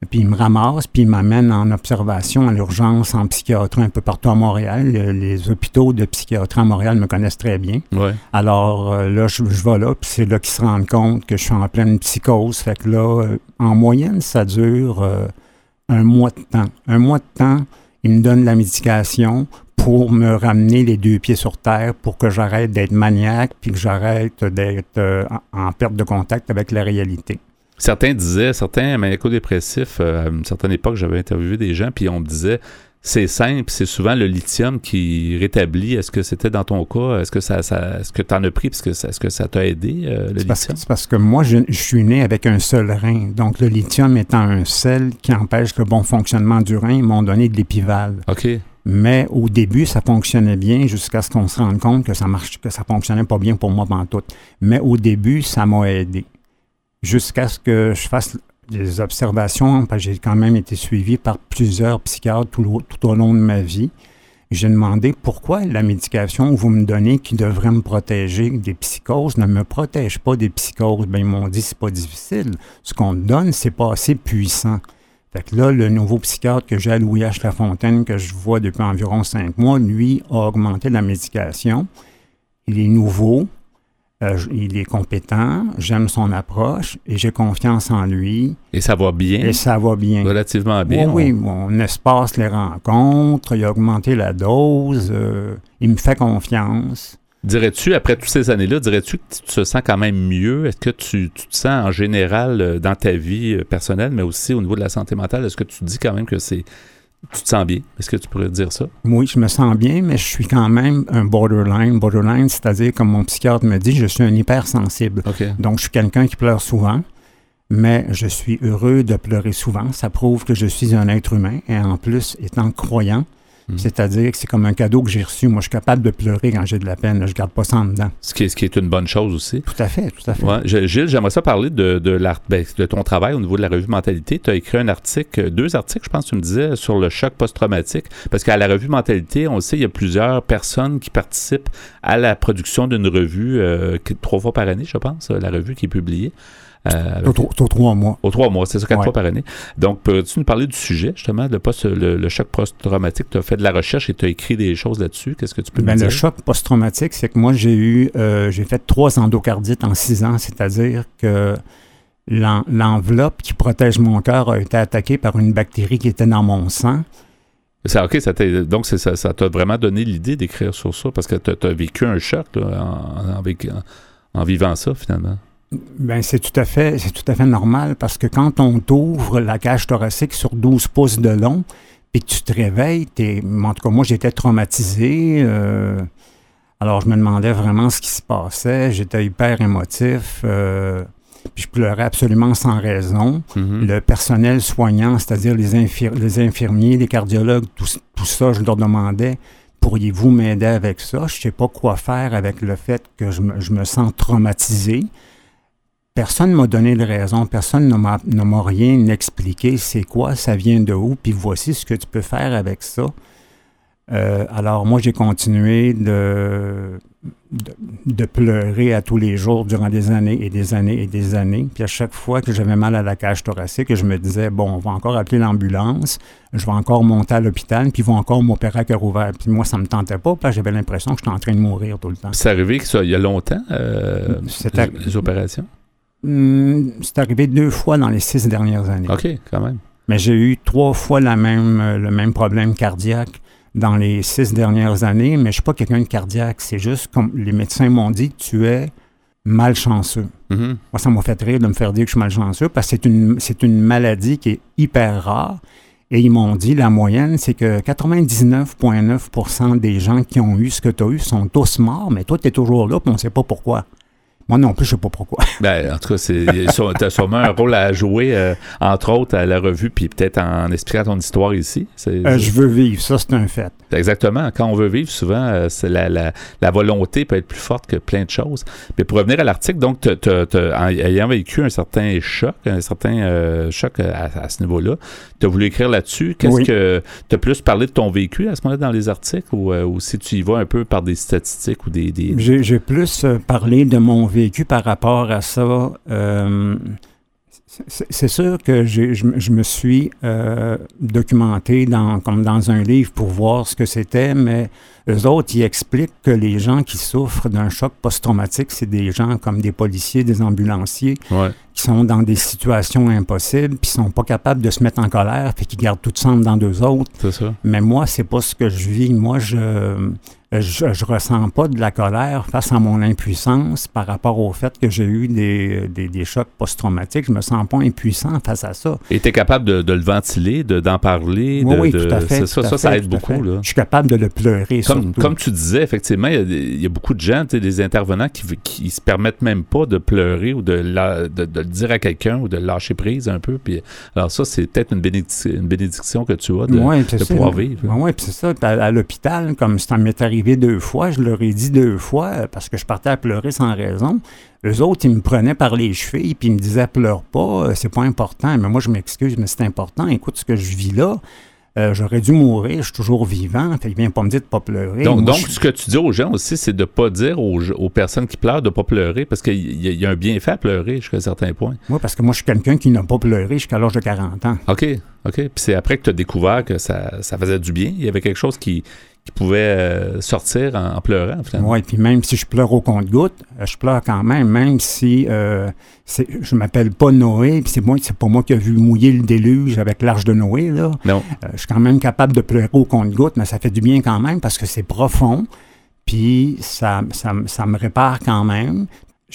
[SPEAKER 8] Puis il me ramasse, puis il m'amène en observation à l'urgence en psychiatrie un peu partout à Montréal. Les hôpitaux de psychiatrie à Montréal me connaissent très bien.
[SPEAKER 1] Ouais.
[SPEAKER 8] Alors là, je vais là, puis c'est là qu'ils se rendent compte que je suis en pleine psychose. Fait que là, en moyenne, ça dure un mois de temps. Un mois de temps, ils me donnent la médication pour me ramener les deux pieds sur terre, pour que j'arrête d'être maniaque, puis que j'arrête d'être en perte de contact avec la réalité.
[SPEAKER 1] Certains maniaco-dépressifs, à une certaine époque, j'avais interviewé des gens, puis on me disait, c'est simple, c'est souvent le lithium qui rétablit. Est-ce que c'était dans ton cas? Est-ce que tu en as pris? Est-ce que ça t'a aidé, le lithium?
[SPEAKER 8] C'est parce que moi, je suis né avec un seul rein. Donc, le lithium étant un sel qui empêche le bon fonctionnement du rein, ils m'ont donné de l'épival.
[SPEAKER 1] OK.
[SPEAKER 8] Mais au début, ça fonctionnait bien jusqu'à ce qu'on se rende compte que ça fonctionnait pas bien pour moi pantoute. Mais au début, ça m'a aidé. Jusqu'à ce que je fasse des observations, parce que j'ai quand même été suivi par plusieurs psychiatres tout au long de ma vie. J'ai demandé pourquoi la médication que vous me donnez qui devrait me protéger des psychoses ne me protège pas des psychoses. Bien, ils m'ont dit c'est pas difficile. Ce qu'on te donne, c'est pas assez puissant. Fait que là, le nouveau psychiatre que j'ai à Louis H. Lafontaine, que je vois depuis environ 5 mois, lui, a augmenté la médication. Il est nouveau. Il est compétent, j'aime son approche et j'ai confiance en lui.
[SPEAKER 1] Et ça va bien?
[SPEAKER 8] Et ça va bien.
[SPEAKER 1] Relativement bien?
[SPEAKER 8] Oui, on espace les rencontres, il a augmenté la dose, il me fait confiance.
[SPEAKER 1] Dirais-tu, après toutes ces années-là, que tu te sens quand même mieux? Est-ce que tu te sens en général dans ta vie personnelle, mais aussi au niveau de la santé mentale, est-ce que tu te dis quand même que tu te sens bien? Est-ce que tu pourrais dire ça?
[SPEAKER 8] Oui, je me sens bien, mais je suis quand même un borderline. Borderline, c'est-à-dire, comme mon psychiatre me dit, je suis un hypersensible.
[SPEAKER 1] Okay.
[SPEAKER 8] Donc, je suis quelqu'un qui pleure souvent, mais je suis heureux de pleurer souvent. Ça prouve que je suis un être humain et en plus, étant croyant, c'est-à-dire que c'est comme un cadeau que j'ai reçu. Moi, je suis capable de pleurer quand j'ai de la peine. Je ne garde pas ça en dedans.
[SPEAKER 1] Ce qui est une bonne chose aussi.
[SPEAKER 8] Tout à fait.
[SPEAKER 1] Ouais. Gilles, j'aimerais ça parler de ton travail au niveau de la revue Mentalité. Tu as écrit deux articles, je pense que tu me disais, sur le choc post-traumatique. Parce qu'à la revue Mentalité, on le sait, il y a plusieurs personnes qui participent à la production d'une revue 3 fois par année, je pense, la revue qui est publiée.
[SPEAKER 8] Aux 3 mois.
[SPEAKER 1] Aux 3 mois, c'est ça, 4 fois par année. Donc, peux-tu nous parler du sujet, justement, le choc post-traumatique? Tu as fait de la recherche et tu as écrit des choses là-dessus. Qu'est-ce que tu peux me dire?
[SPEAKER 8] Le choc post-traumatique, c'est que moi, j'ai fait 3 endocardites en 6 ans, c'est-à-dire que l'enveloppe qui protège mon cœur a été attaquée par une bactérie qui était dans mon sang.
[SPEAKER 1] OK, donc ça t'a vraiment donné l'idée d'écrire sur ça, parce que tu as vécu un choc là, en vivant ça, finalement.
[SPEAKER 8] Bien, c'est tout à fait normal parce que quand on t'ouvre la cage thoracique sur 12 pouces de long puis que tu te réveilles, en tout cas, moi, j'étais traumatisé. Alors, je me demandais vraiment ce qui se passait. J'étais hyper émotif. Puis je pleurais absolument sans raison. Mm-hmm. Le personnel soignant, c'est-à-dire les infirmiers, les cardiologues, tout ça, je leur demandais, pourriez-vous m'aider avec ça? Je ne sais pas quoi faire avec le fait que je me sens traumatisé. Personne ne m'a donné de raison, personne ne m'a rien expliqué. C'est quoi, ça vient de où, puis voici ce que tu peux faire avec ça. Alors moi, j'ai continué de pleurer à tous les jours durant des années et des années et des années. Puis à chaque fois que j'avais mal à la cage thoracique, je me disais, bon, on va encore appeler l'ambulance, je vais encore monter à l'hôpital, puis ils vont encore m'opérer à cœur ouvert. Puis moi, ça ne me tentait pas, parce que j'avais l'impression que j'étais en train de mourir tout le temps.
[SPEAKER 1] C'est arrivé que ça, il y a longtemps, les opérations?
[SPEAKER 8] C'est arrivé 2 fois dans les 6 dernières années.
[SPEAKER 1] OK, quand même.
[SPEAKER 8] Mais j'ai eu 3 fois le même problème cardiaque dans les 6 dernières années, mais je ne suis pas quelqu'un de cardiaque. C'est juste comme les médecins m'ont dit, tu es malchanceux. Mm-hmm. Moi, ça m'a fait rire de me faire dire que je suis malchanceux parce que c'est une maladie qui est hyper rare. Et ils m'ont dit, la moyenne, c'est que 99,9% des gens qui ont eu ce que tu as eu sont tous morts, mais toi, tu es toujours là, puis on ne sait pas pourquoi. Moi non plus, je ne sais pas pourquoi.
[SPEAKER 1] En tout cas, tu as sûrement un rôle à jouer, entre autres, à la revue, puis peut-être en expliquant ton histoire ici.
[SPEAKER 8] Je veux vivre, ça, c'est un fait.
[SPEAKER 1] Exactement. Quand on veut vivre, souvent, c'est la volonté peut être plus forte que plein de choses. Mais pour revenir à l'article, donc, ayant vécu un certain choc à ce niveau-là, tu as voulu écrire là-dessus. Qu'est-ce que tu as plus parlé de ton vécu à ce moment-là dans les articles, ou si tu y vas un peu par des statistiques ou des...
[SPEAKER 8] J'ai plus parlé de mon vécu par rapport à ça. C'est sûr que je me suis documenté comme dans un livre pour voir ce que c'était, mais eux autres, ils expliquent que les gens qui souffrent d'un choc post-traumatique, c'est des gens comme des policiers, des ambulanciers, qui sont dans des situations impossibles, puis qui sont pas capables de se mettre en colère, puis qui gardent tout semble dans d'eux autres.
[SPEAKER 1] C'est ça.
[SPEAKER 8] Mais moi, c'est pas ce que je vis. Moi, je ressens pas de la colère face à mon impuissance par rapport au fait que j'ai eu des chocs post-traumatiques. Je me sens pas impuissant face à ça.
[SPEAKER 1] Et tu es capable de le ventiler, d'en parler?
[SPEAKER 8] Oui, tout à fait.
[SPEAKER 1] Ça aide beaucoup. Là.
[SPEAKER 8] Je suis capable de le pleurer,
[SPEAKER 1] comme tu disais, effectivement, il y a beaucoup de gens, des intervenants qui se permettent même pas de pleurer ou de le dire à quelqu'un ou de lâcher prise un peu. Puis, alors ça, c'est peut-être une bénédiction que tu as de pouvoir vivre.
[SPEAKER 8] Oui, puis c'est ça. À l'hôpital, comme ça m'est arrivé 2 fois, je leur ai dit 2 fois, parce que je partais à pleurer sans raison. Eux autres, ils me prenaient par les chevilles, puis ils me disaient « pleure pas, c'est pas important ». Mais moi, je m'excuse, mais c'est important. Écoute, ce que je vis là, j'aurais dû mourir, je suis toujours vivant, fait qu'il vient pas me dire de pas pleurer.
[SPEAKER 1] Donc ce que tu dis aux gens aussi, c'est de pas dire aux personnes qui pleurent de pas pleurer, parce qu'il y a un bienfait à pleurer jusqu'à un certain point.
[SPEAKER 8] Oui, parce que moi, je suis quelqu'un qui n'a pas pleuré jusqu'à l'âge de 40 ans.
[SPEAKER 1] OK. Puis c'est après que tu as découvert que ça faisait du bien. Il y avait quelque chose qui pouvait sortir en pleurant, finalement.
[SPEAKER 8] Oui, puis même si je pleure au compte-gouttes, je pleure quand même si je m'appelle pas Noé, puis c'est pas moi qui ai vu mouiller le déluge avec l'arche de Noé, là.
[SPEAKER 1] Non.
[SPEAKER 8] Je suis quand même capable de pleurer au compte-gouttes, mais ça fait du bien quand même parce que c'est profond, puis ça me répare quand même.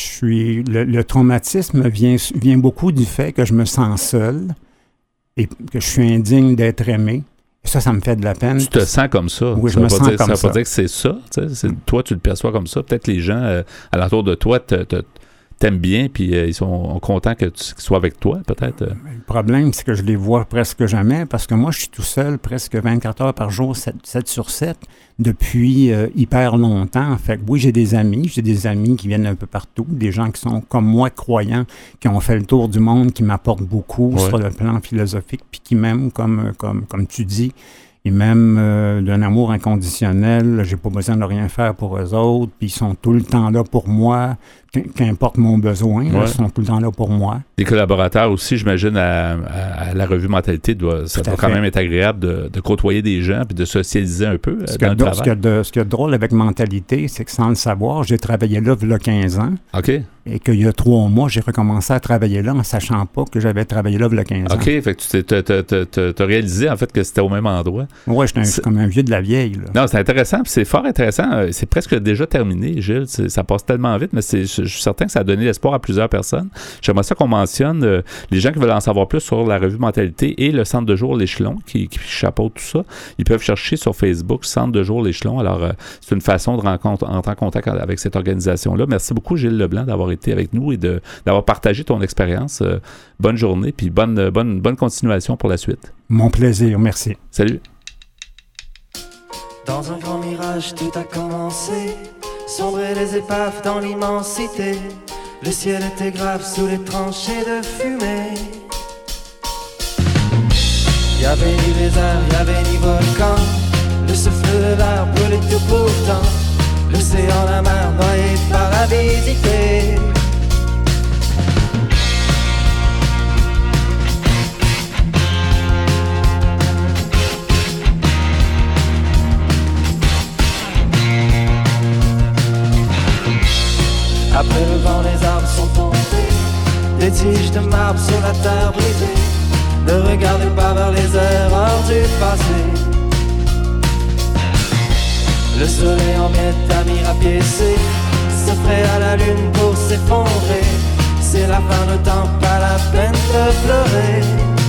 [SPEAKER 8] Le traumatisme vient beaucoup du fait que je me sens seul et que je suis indigne d'être aimé. Ça me fait de la peine.
[SPEAKER 1] Tu te sens comme ça.
[SPEAKER 8] Oui, je me sens comme ça.
[SPEAKER 1] Ça ne veut pas dire que c'est ça. Toi, tu le perçois comme ça. Peut-être les gens alentour de toi t'aiment bien, puis ils sont contents qu'ils soient avec toi, peut-être.
[SPEAKER 8] Le problème, c'est que je les vois presque jamais, parce que moi, je suis tout seul presque 24 heures par jour, 7 sur 7, depuis hyper longtemps. Fait que oui, j'ai des amis qui viennent un peu partout, des gens qui sont comme moi, croyants, qui ont fait le tour du monde, qui m'apportent beaucoup sur le plan philosophique, puis qui m'aiment, comme tu dis, ils m'aiment d'un amour inconditionnel. J'ai pas besoin de rien faire pour eux autres, puis ils sont tout le temps là pour moi. Qu'importe mon besoin, ils sont tout le temps là pour moi.
[SPEAKER 1] Les collaborateurs aussi, j'imagine, à la revue Mentalité, ça doit quand même être agréable de côtoyer des gens puis de socialiser un peu dans le travail. Ce
[SPEAKER 8] qui est drôle avec Mentalité, c'est que sans le savoir, j'ai travaillé là il y a 15 ans.
[SPEAKER 1] OK.
[SPEAKER 8] Et qu'il y a 3 mois, j'ai recommencé à travailler là en sachant pas que j'avais travaillé là il y a 15 ans.
[SPEAKER 1] OK, fait que tu as réalisé en fait que c'était au même endroit.
[SPEAKER 8] Oui, je suis comme un vieux de la vieille. Là.
[SPEAKER 1] Non, c'est intéressant, puis c'est fort intéressant. C'est presque déjà terminé, Gilles. Ça passe tellement vite, mais je suis certain que ça a donné l'espoir à plusieurs personnes. J'aimerais ça qu'on mentionne les gens qui veulent en savoir plus sur la revue Mentalité et le Centre de jour L'Échelon qui chapeaute tout ça. Ils peuvent chercher sur Facebook Centre de jour L'Échelon. Alors, c'est une façon de entrer en contact avec cette organisation-là. Merci beaucoup, Gilles Leblanc, d'avoir été avec nous et d'avoir partagé ton expérience. Bonne journée, puis bonne continuation pour la suite.
[SPEAKER 8] Mon plaisir, merci.
[SPEAKER 1] Salut.
[SPEAKER 4] Dans un grand mirage, tout a commencé. Sombrer les épaves dans l'immensité. Le ciel était grave sous les tranchées de fumée. Y'avait ni désert, y'avait ni volcan. Le souffle de l'air brûlait tout pourtant. L'océan, la mer, noyé par l'avidité. Après le vent, les arbres sont tombés. Des tiges de marbre sur la terre brisée. Ne regardez pas vers les erreurs du passé. Le soleil en miettes à mi-rapiécé s'offrait à la lune pour s'effondrer. C'est la fin de temps, pas la peine de pleurer.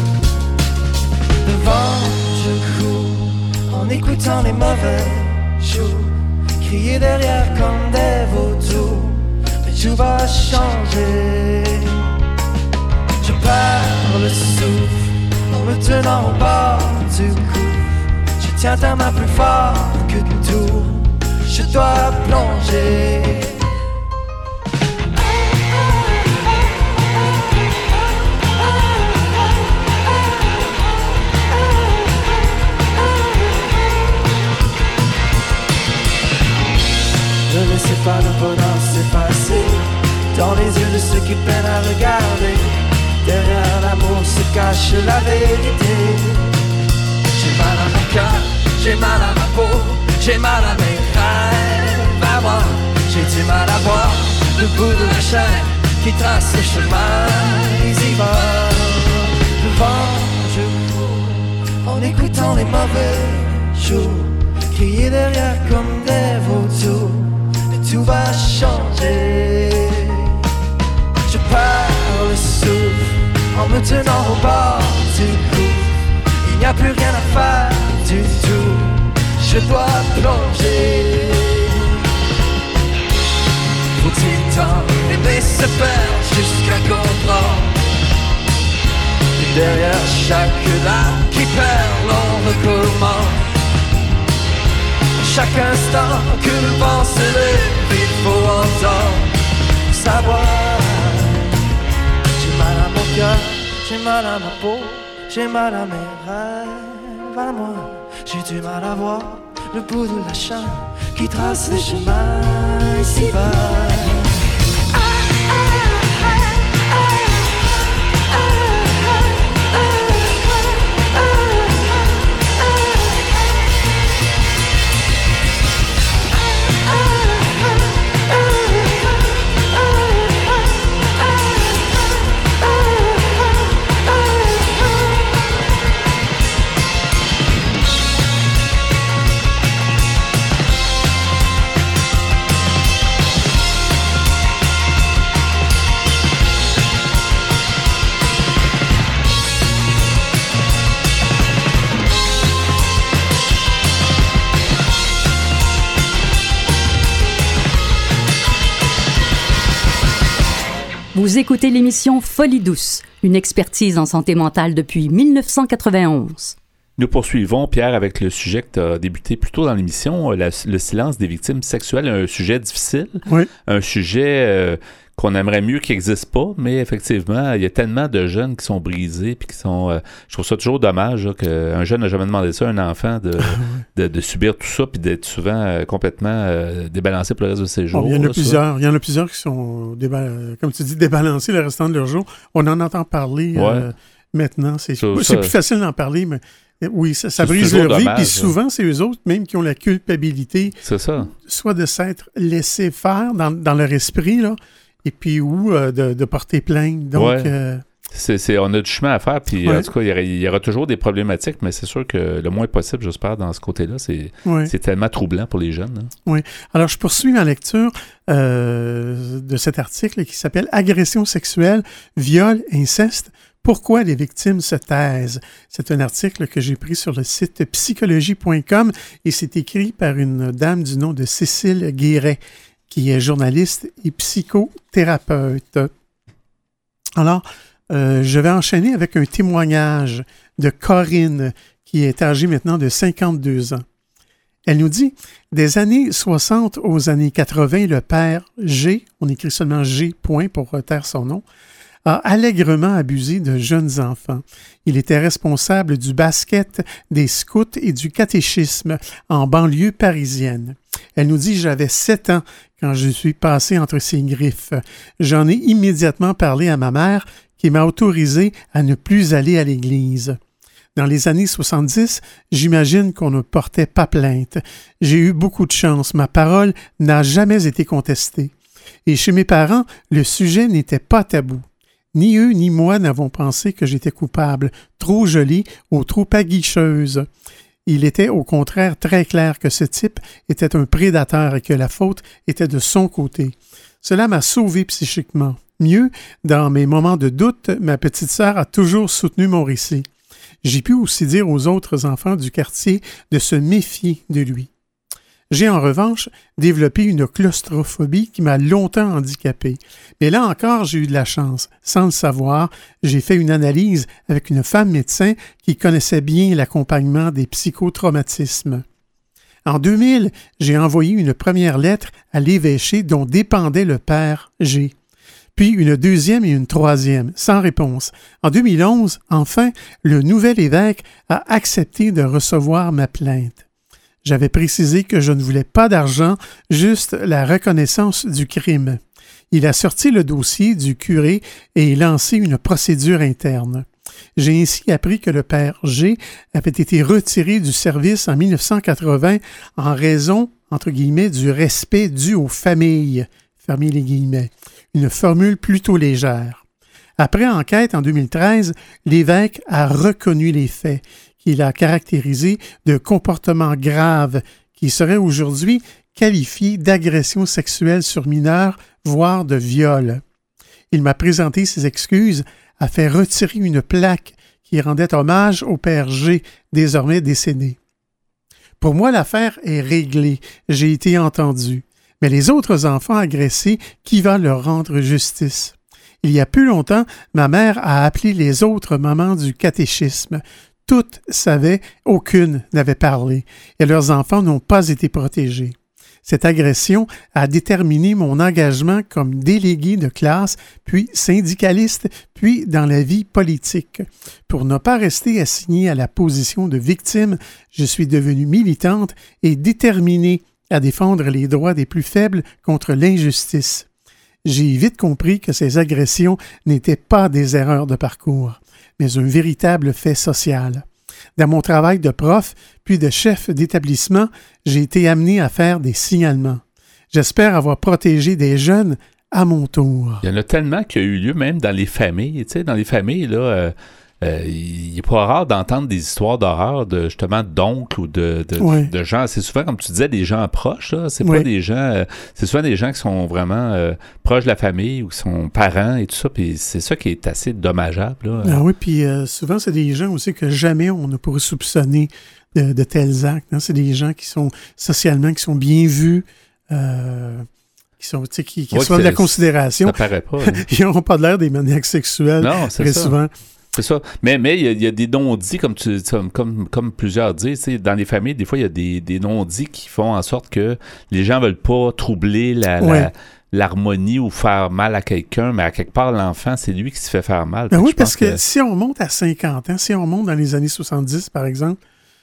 [SPEAKER 4] Devant, je cours en écoutant les mauvais jours. Crier derrière comme des vautours. Tout va changer. Je perds le souffle en me tenant au bord du cou. Je tiens ta main plus fort que tout. Je dois plonger. Ne laissez pas le bonheur s'effacer dans les yeux de ceux qui peinent à regarder. Derrière l'amour se cache la vérité. J'ai mal à mon cœur, j'ai mal à ma peau, j'ai mal à mes rêves à moi. J'ai du mal à voir le bout de la chaîne qui trace le chemin. Ils y vont, le vent, je cours en écoutant les mauvais jours, crier derrière comme des vautours. Mais tout va changer. Je perds le souffle en me tenant au bord du gouffre. Il n'y a plus rien à faire du tout. Je dois plonger. Faut-il tant aimer se perdre jusqu'à comprendre? Et derrière chaque larme qui perd, l'on recommence. Chaque instant que le vent se lève, il faut entendre, savoir. J'ai mal à mon cœur, j'ai mal à ma peau, j'ai mal à mes rêves à moi. J'ai du mal à voir le bout de la chaîne qui trace les chemins ici-bas.
[SPEAKER 9] Vous écoutez l'émission Folie douce, une expertise en santé mentale depuis 1991.
[SPEAKER 1] Nous poursuivons, Pierre, avec le sujet que tu as débuté plus tôt dans l'émission, le silence des victimes sexuelles, un sujet difficile,
[SPEAKER 6] oui.
[SPEAKER 1] Un sujet qu'on aimerait mieux qu'il n'existe pas, mais effectivement, il y a tellement de jeunes qui sont brisés, puis qui sont... je trouve ça toujours dommage là, qu'un jeune n'a jamais demandé ça à un enfant de subir tout ça, puis d'être souvent complètement débalancé pour le reste de ses jours.
[SPEAKER 6] Bon, il y en a plusieurs qui sont, comme tu dis, débalancés le restant de leur jour. On en entend parler maintenant. C'est plus facile d'en parler, mais... Oui, ça brise leur vie, puis souvent, c'est eux autres même qui ont la culpabilité,
[SPEAKER 1] c'est ça.
[SPEAKER 6] Soit de s'être laissé faire dans leur esprit, là, et puis ou de porter plainte. Donc,
[SPEAKER 1] on a du chemin à faire, puis en tout cas, il y aura toujours des problématiques, mais c'est sûr que le moins possible, j'espère, dans ce côté-là, c'est tellement troublant pour les jeunes. Hein.
[SPEAKER 6] Oui. Alors, je poursuis ma lecture de cet article qui s'appelle « Agression sexuelle, viol, inceste ». Pourquoi les victimes se taisent? C'est un article que j'ai pris sur le site psychologie.com et c'est écrit par une dame du nom de Cécile Guéret, qui est journaliste et psychothérapeute. Alors, je vais enchaîner avec un témoignage de Corinne, qui est âgée maintenant de 52 ans. Elle nous dit, des années 60 aux années 80, le père G, on écrit seulement G, point pour taire son nom, a allègrement abusé de jeunes enfants. Il était responsable du basket, des scouts et du catéchisme en banlieue parisienne. Elle nous dit « J'avais 7 ans quand je suis passé entre ses griffes. J'en ai immédiatement parlé à ma mère qui m'a autorisé à ne plus aller à l'église. Dans les années 70, j'imagine qu'on ne portait pas plainte. J'ai eu beaucoup de chance. Ma parole n'a jamais été contestée. Et chez mes parents, le sujet n'était pas tabou. Ni eux ni moi n'avons pensé que j'étais coupable, trop jolie ou trop aguicheuse. Il était au contraire très clair que ce type était un prédateur et que la faute était de son côté. Cela m'a sauvé psychiquement. Mieux, dans mes moments de doute, ma petite sœur a toujours soutenu mon récit. J'ai pu aussi dire aux autres enfants du quartier de se méfier de lui. J'ai en revanche développé une claustrophobie qui m'a longtemps handicapé. Mais là encore, j'ai eu de la chance. Sans le savoir, j'ai fait une analyse avec une femme médecin qui connaissait bien l'accompagnement des psychotraumatismes. En 2000, j'ai envoyé une première lettre à l'évêché dont dépendait le père G. Puis une deuxième et une troisième, sans réponse. En 2011, enfin, le nouvel évêque a accepté de recevoir ma plainte. J'avais précisé que je ne voulais pas d'argent, juste la reconnaissance du crime. Il a sorti le dossier du curé et lancé une procédure interne. J'ai ainsi appris que le père G avait été retiré du service en 1980 en raison, entre guillemets, du respect dû aux familles, fermez les guillemets, une formule plutôt légère. Après enquête en 2013, l'évêque a reconnu les faits qu'il a caractérisés de comportements graves qui seraient aujourd'hui qualifiés d'agression sexuelle sur mineurs, voire de viol. Il m'a présenté ses excuses, a fait retirer une plaque qui rendait hommage au père G, désormais décédé. Pour moi, l'affaire est réglée, j'ai été entendu. Mais les autres enfants agressés, qui va leur rendre justice? Il y a plus longtemps, ma mère a appelé les autres mamans du catéchisme. Toutes savaient, aucune n'avait parlé, et leurs enfants n'ont pas été protégés. Cette agression a déterminé mon engagement comme délégué de classe, puis syndicaliste, puis dans la vie politique. Pour ne pas rester assigné à la position de victime, je suis devenue militante et déterminée à défendre les droits des plus faibles contre l'injustice. J'ai vite compris que ces agressions n'étaient pas des erreurs de parcours, mais un véritable fait social. Dans mon travail de prof, puis de chef d'établissement, j'ai été amené à faire des signalements. J'espère avoir protégé des jeunes à mon tour.
[SPEAKER 1] Il y en a tellement qui a eu lieu, même dans les familles. Tu sais, dans les familles, là, il n'est pas rare d'entendre des histoires d'horreur justement d'oncles ou de gens. C'est souvent, comme tu disais, des gens proches. Là. C'est pas des gens. C'est souvent des gens qui sont vraiment proches de la famille ou qui sont parents et tout ça. Puis c'est ça qui est assez dommageable. Là.
[SPEAKER 6] Ah oui, puis souvent, c'est des gens aussi que jamais on ne pourrait soupçonner de tels actes. Hein. C'est des gens qui sont socialement, qui sont bien vus. Qui reçoivent de la considération.
[SPEAKER 1] Ça paraît pas.
[SPEAKER 6] Ils n'ont pas l'air des maniaques sexuels.
[SPEAKER 1] Non, c'est
[SPEAKER 6] très
[SPEAKER 1] ça.
[SPEAKER 6] Souvent.
[SPEAKER 1] C'est ça. Mais il y a des non-dits, comme plusieurs disent. Dans les familles, des fois, il y a des non-dits qui font en sorte que les gens ne veulent pas troubler l'harmonie ou faire mal à quelqu'un, mais à quelque part, l'enfant, c'est lui qui se fait faire mal.
[SPEAKER 6] Ben oui, parce que si on monte à 50 ans, si on monte dans les années 70, par exemple,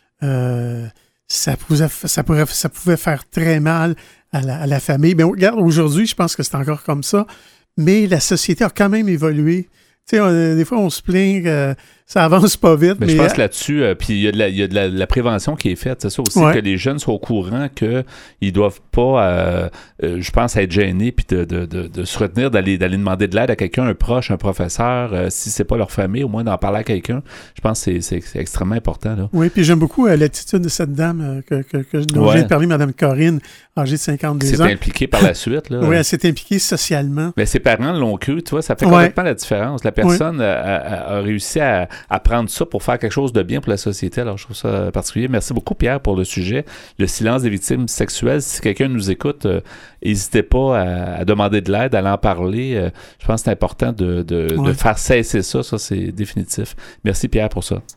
[SPEAKER 6] ça pouvait faire très mal à la famille. Ben, regarde, aujourd'hui, je pense que c'est encore comme ça, mais la société a quand même évolué. Tu sais, des fois, on se plaint que ça avance pas vite.
[SPEAKER 1] Mais je pense là-dessus, puis il y a de la prévention qui est faite. C'est ça aussi, que les jeunes soient au courant qu'ils ne doivent pas, je pense, être gênés puis de se retenir d'aller demander de l'aide à quelqu'un, un proche, un professeur, si c'est pas leur famille, au moins d'en parler à quelqu'un. Je pense que c'est extrêmement important. Là.
[SPEAKER 6] Oui, puis j'aime beaucoup l'attitude de cette dame dont j'ai parlé, Mme Corinne, âgée de 52 ans.
[SPEAKER 1] Elle s'est impliquée par la suite. Là.
[SPEAKER 6] Oui, elle s'est impliquée socialement.
[SPEAKER 1] Mais ses parents l'ont cru, tu vois, ça fait complètement la différence. La personne a réussi à prendre ça pour faire quelque chose de bien pour la société. Alors, je trouve ça particulier. Merci beaucoup, Pierre, pour le sujet. Le silence des victimes sexuelles. Si quelqu'un nous écoute, n'hésitez pas à demander de l'aide, à en parler. Je pense que c'est important de faire cesser ça. Ça, c'est définitif. Merci, Pierre, pour ça.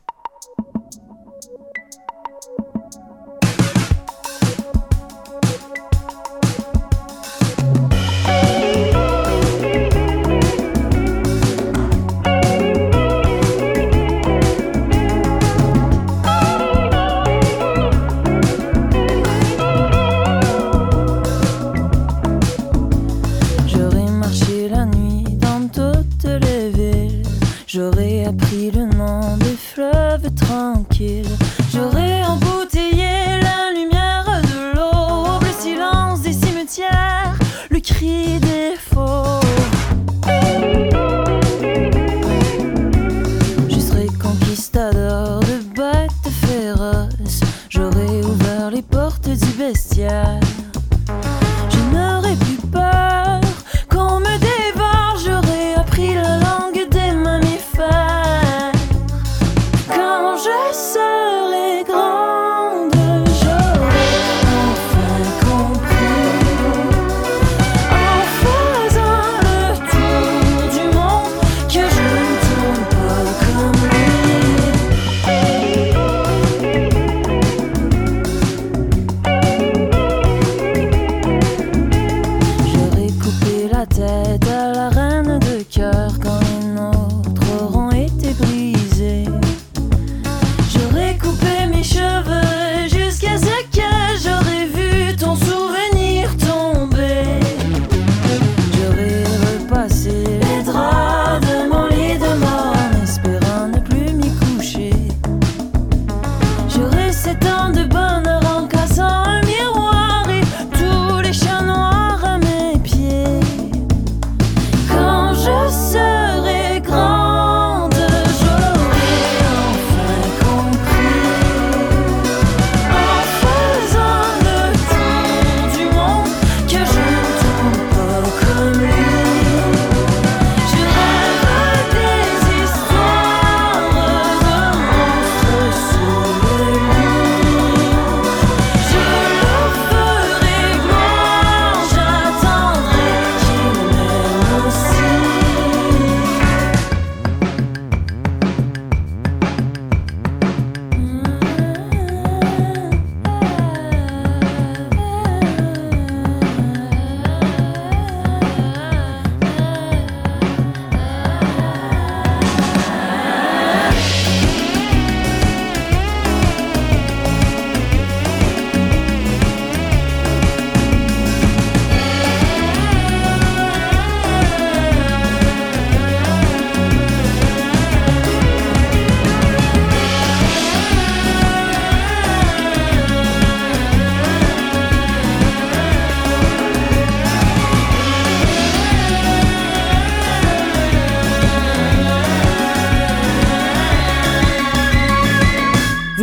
[SPEAKER 10] J'aurais appris le nom des fleuves tranquilles. J'aurais embouteillé la lumière de l'aube, le silence des cimetières, le cri des fauves. Je serais conquistador de bêtes féroces. J'aurais ouvert les portes du bestiaire. Je n'aurais plus peur qu'on me dévore. J'aurais appris la langue des mammifères. Quand je serai grande, j'aurai enfin compris, en faisant le tour du monde, que je ne tourne pas comme lui.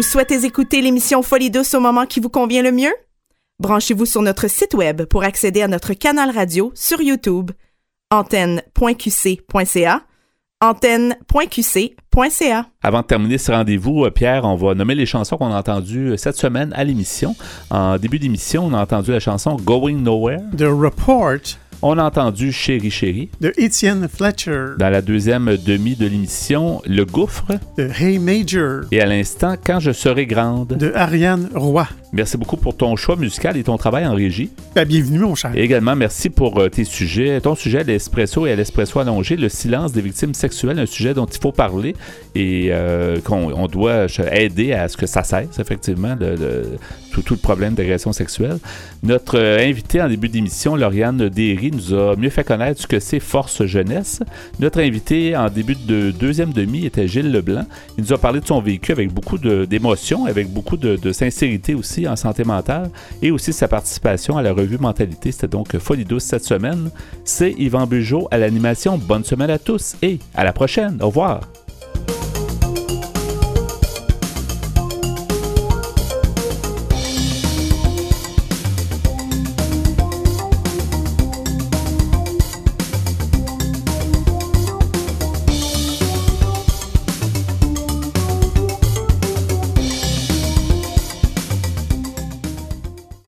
[SPEAKER 11] souhaitez écouter l'émission Folie douce au moment qui vous convient le mieux? Branchez-vous sur notre site web pour accéder à notre canal radio sur YouTube, antenne.qc.ca, antenne.qc.ca.
[SPEAKER 1] Avant de terminer ce rendez-vous, Pierre, on va nommer les chansons qu'on a entendues cette semaine à l'émission. En début d'émission, on a entendu la chanson Going Nowhere.
[SPEAKER 6] The Report.
[SPEAKER 1] On a entendu Chérie Chérie.
[SPEAKER 6] De Étienne Fletcher.
[SPEAKER 1] Dans la deuxième demi de l'émission, Le Gouffre.
[SPEAKER 6] De Hey Major.
[SPEAKER 1] Et à l'instant, Quand je serai grande.
[SPEAKER 6] De Ariane Roy.
[SPEAKER 1] Merci beaucoup pour ton choix musical et ton travail en régie.
[SPEAKER 6] Bienvenue, mon cher.
[SPEAKER 1] Et également, merci pour tes sujets. Ton sujet à l'espresso et à l'espresso allongé, le silence des victimes sexuelles, un sujet dont il faut parler et qu'on doit aider à ce que ça cesse, effectivement, tout le problème d'agression sexuelle. Notre invité en début d'émission, Lauriane Derry, nous a mieux fait connaître ce que c'est Force Jeunesse. Notre invité en début de deuxième demi était Gilles Leblanc. Il nous a parlé de son vécu avec beaucoup d'émotions, avec beaucoup de sincérité aussi en santé mentale et aussi sa participation à la revue Mentalité. C'était donc Folie douce cette semaine. C'est Yvan Bugeaud à l'animation. Bonne semaine à tous et à la prochaine. Au revoir.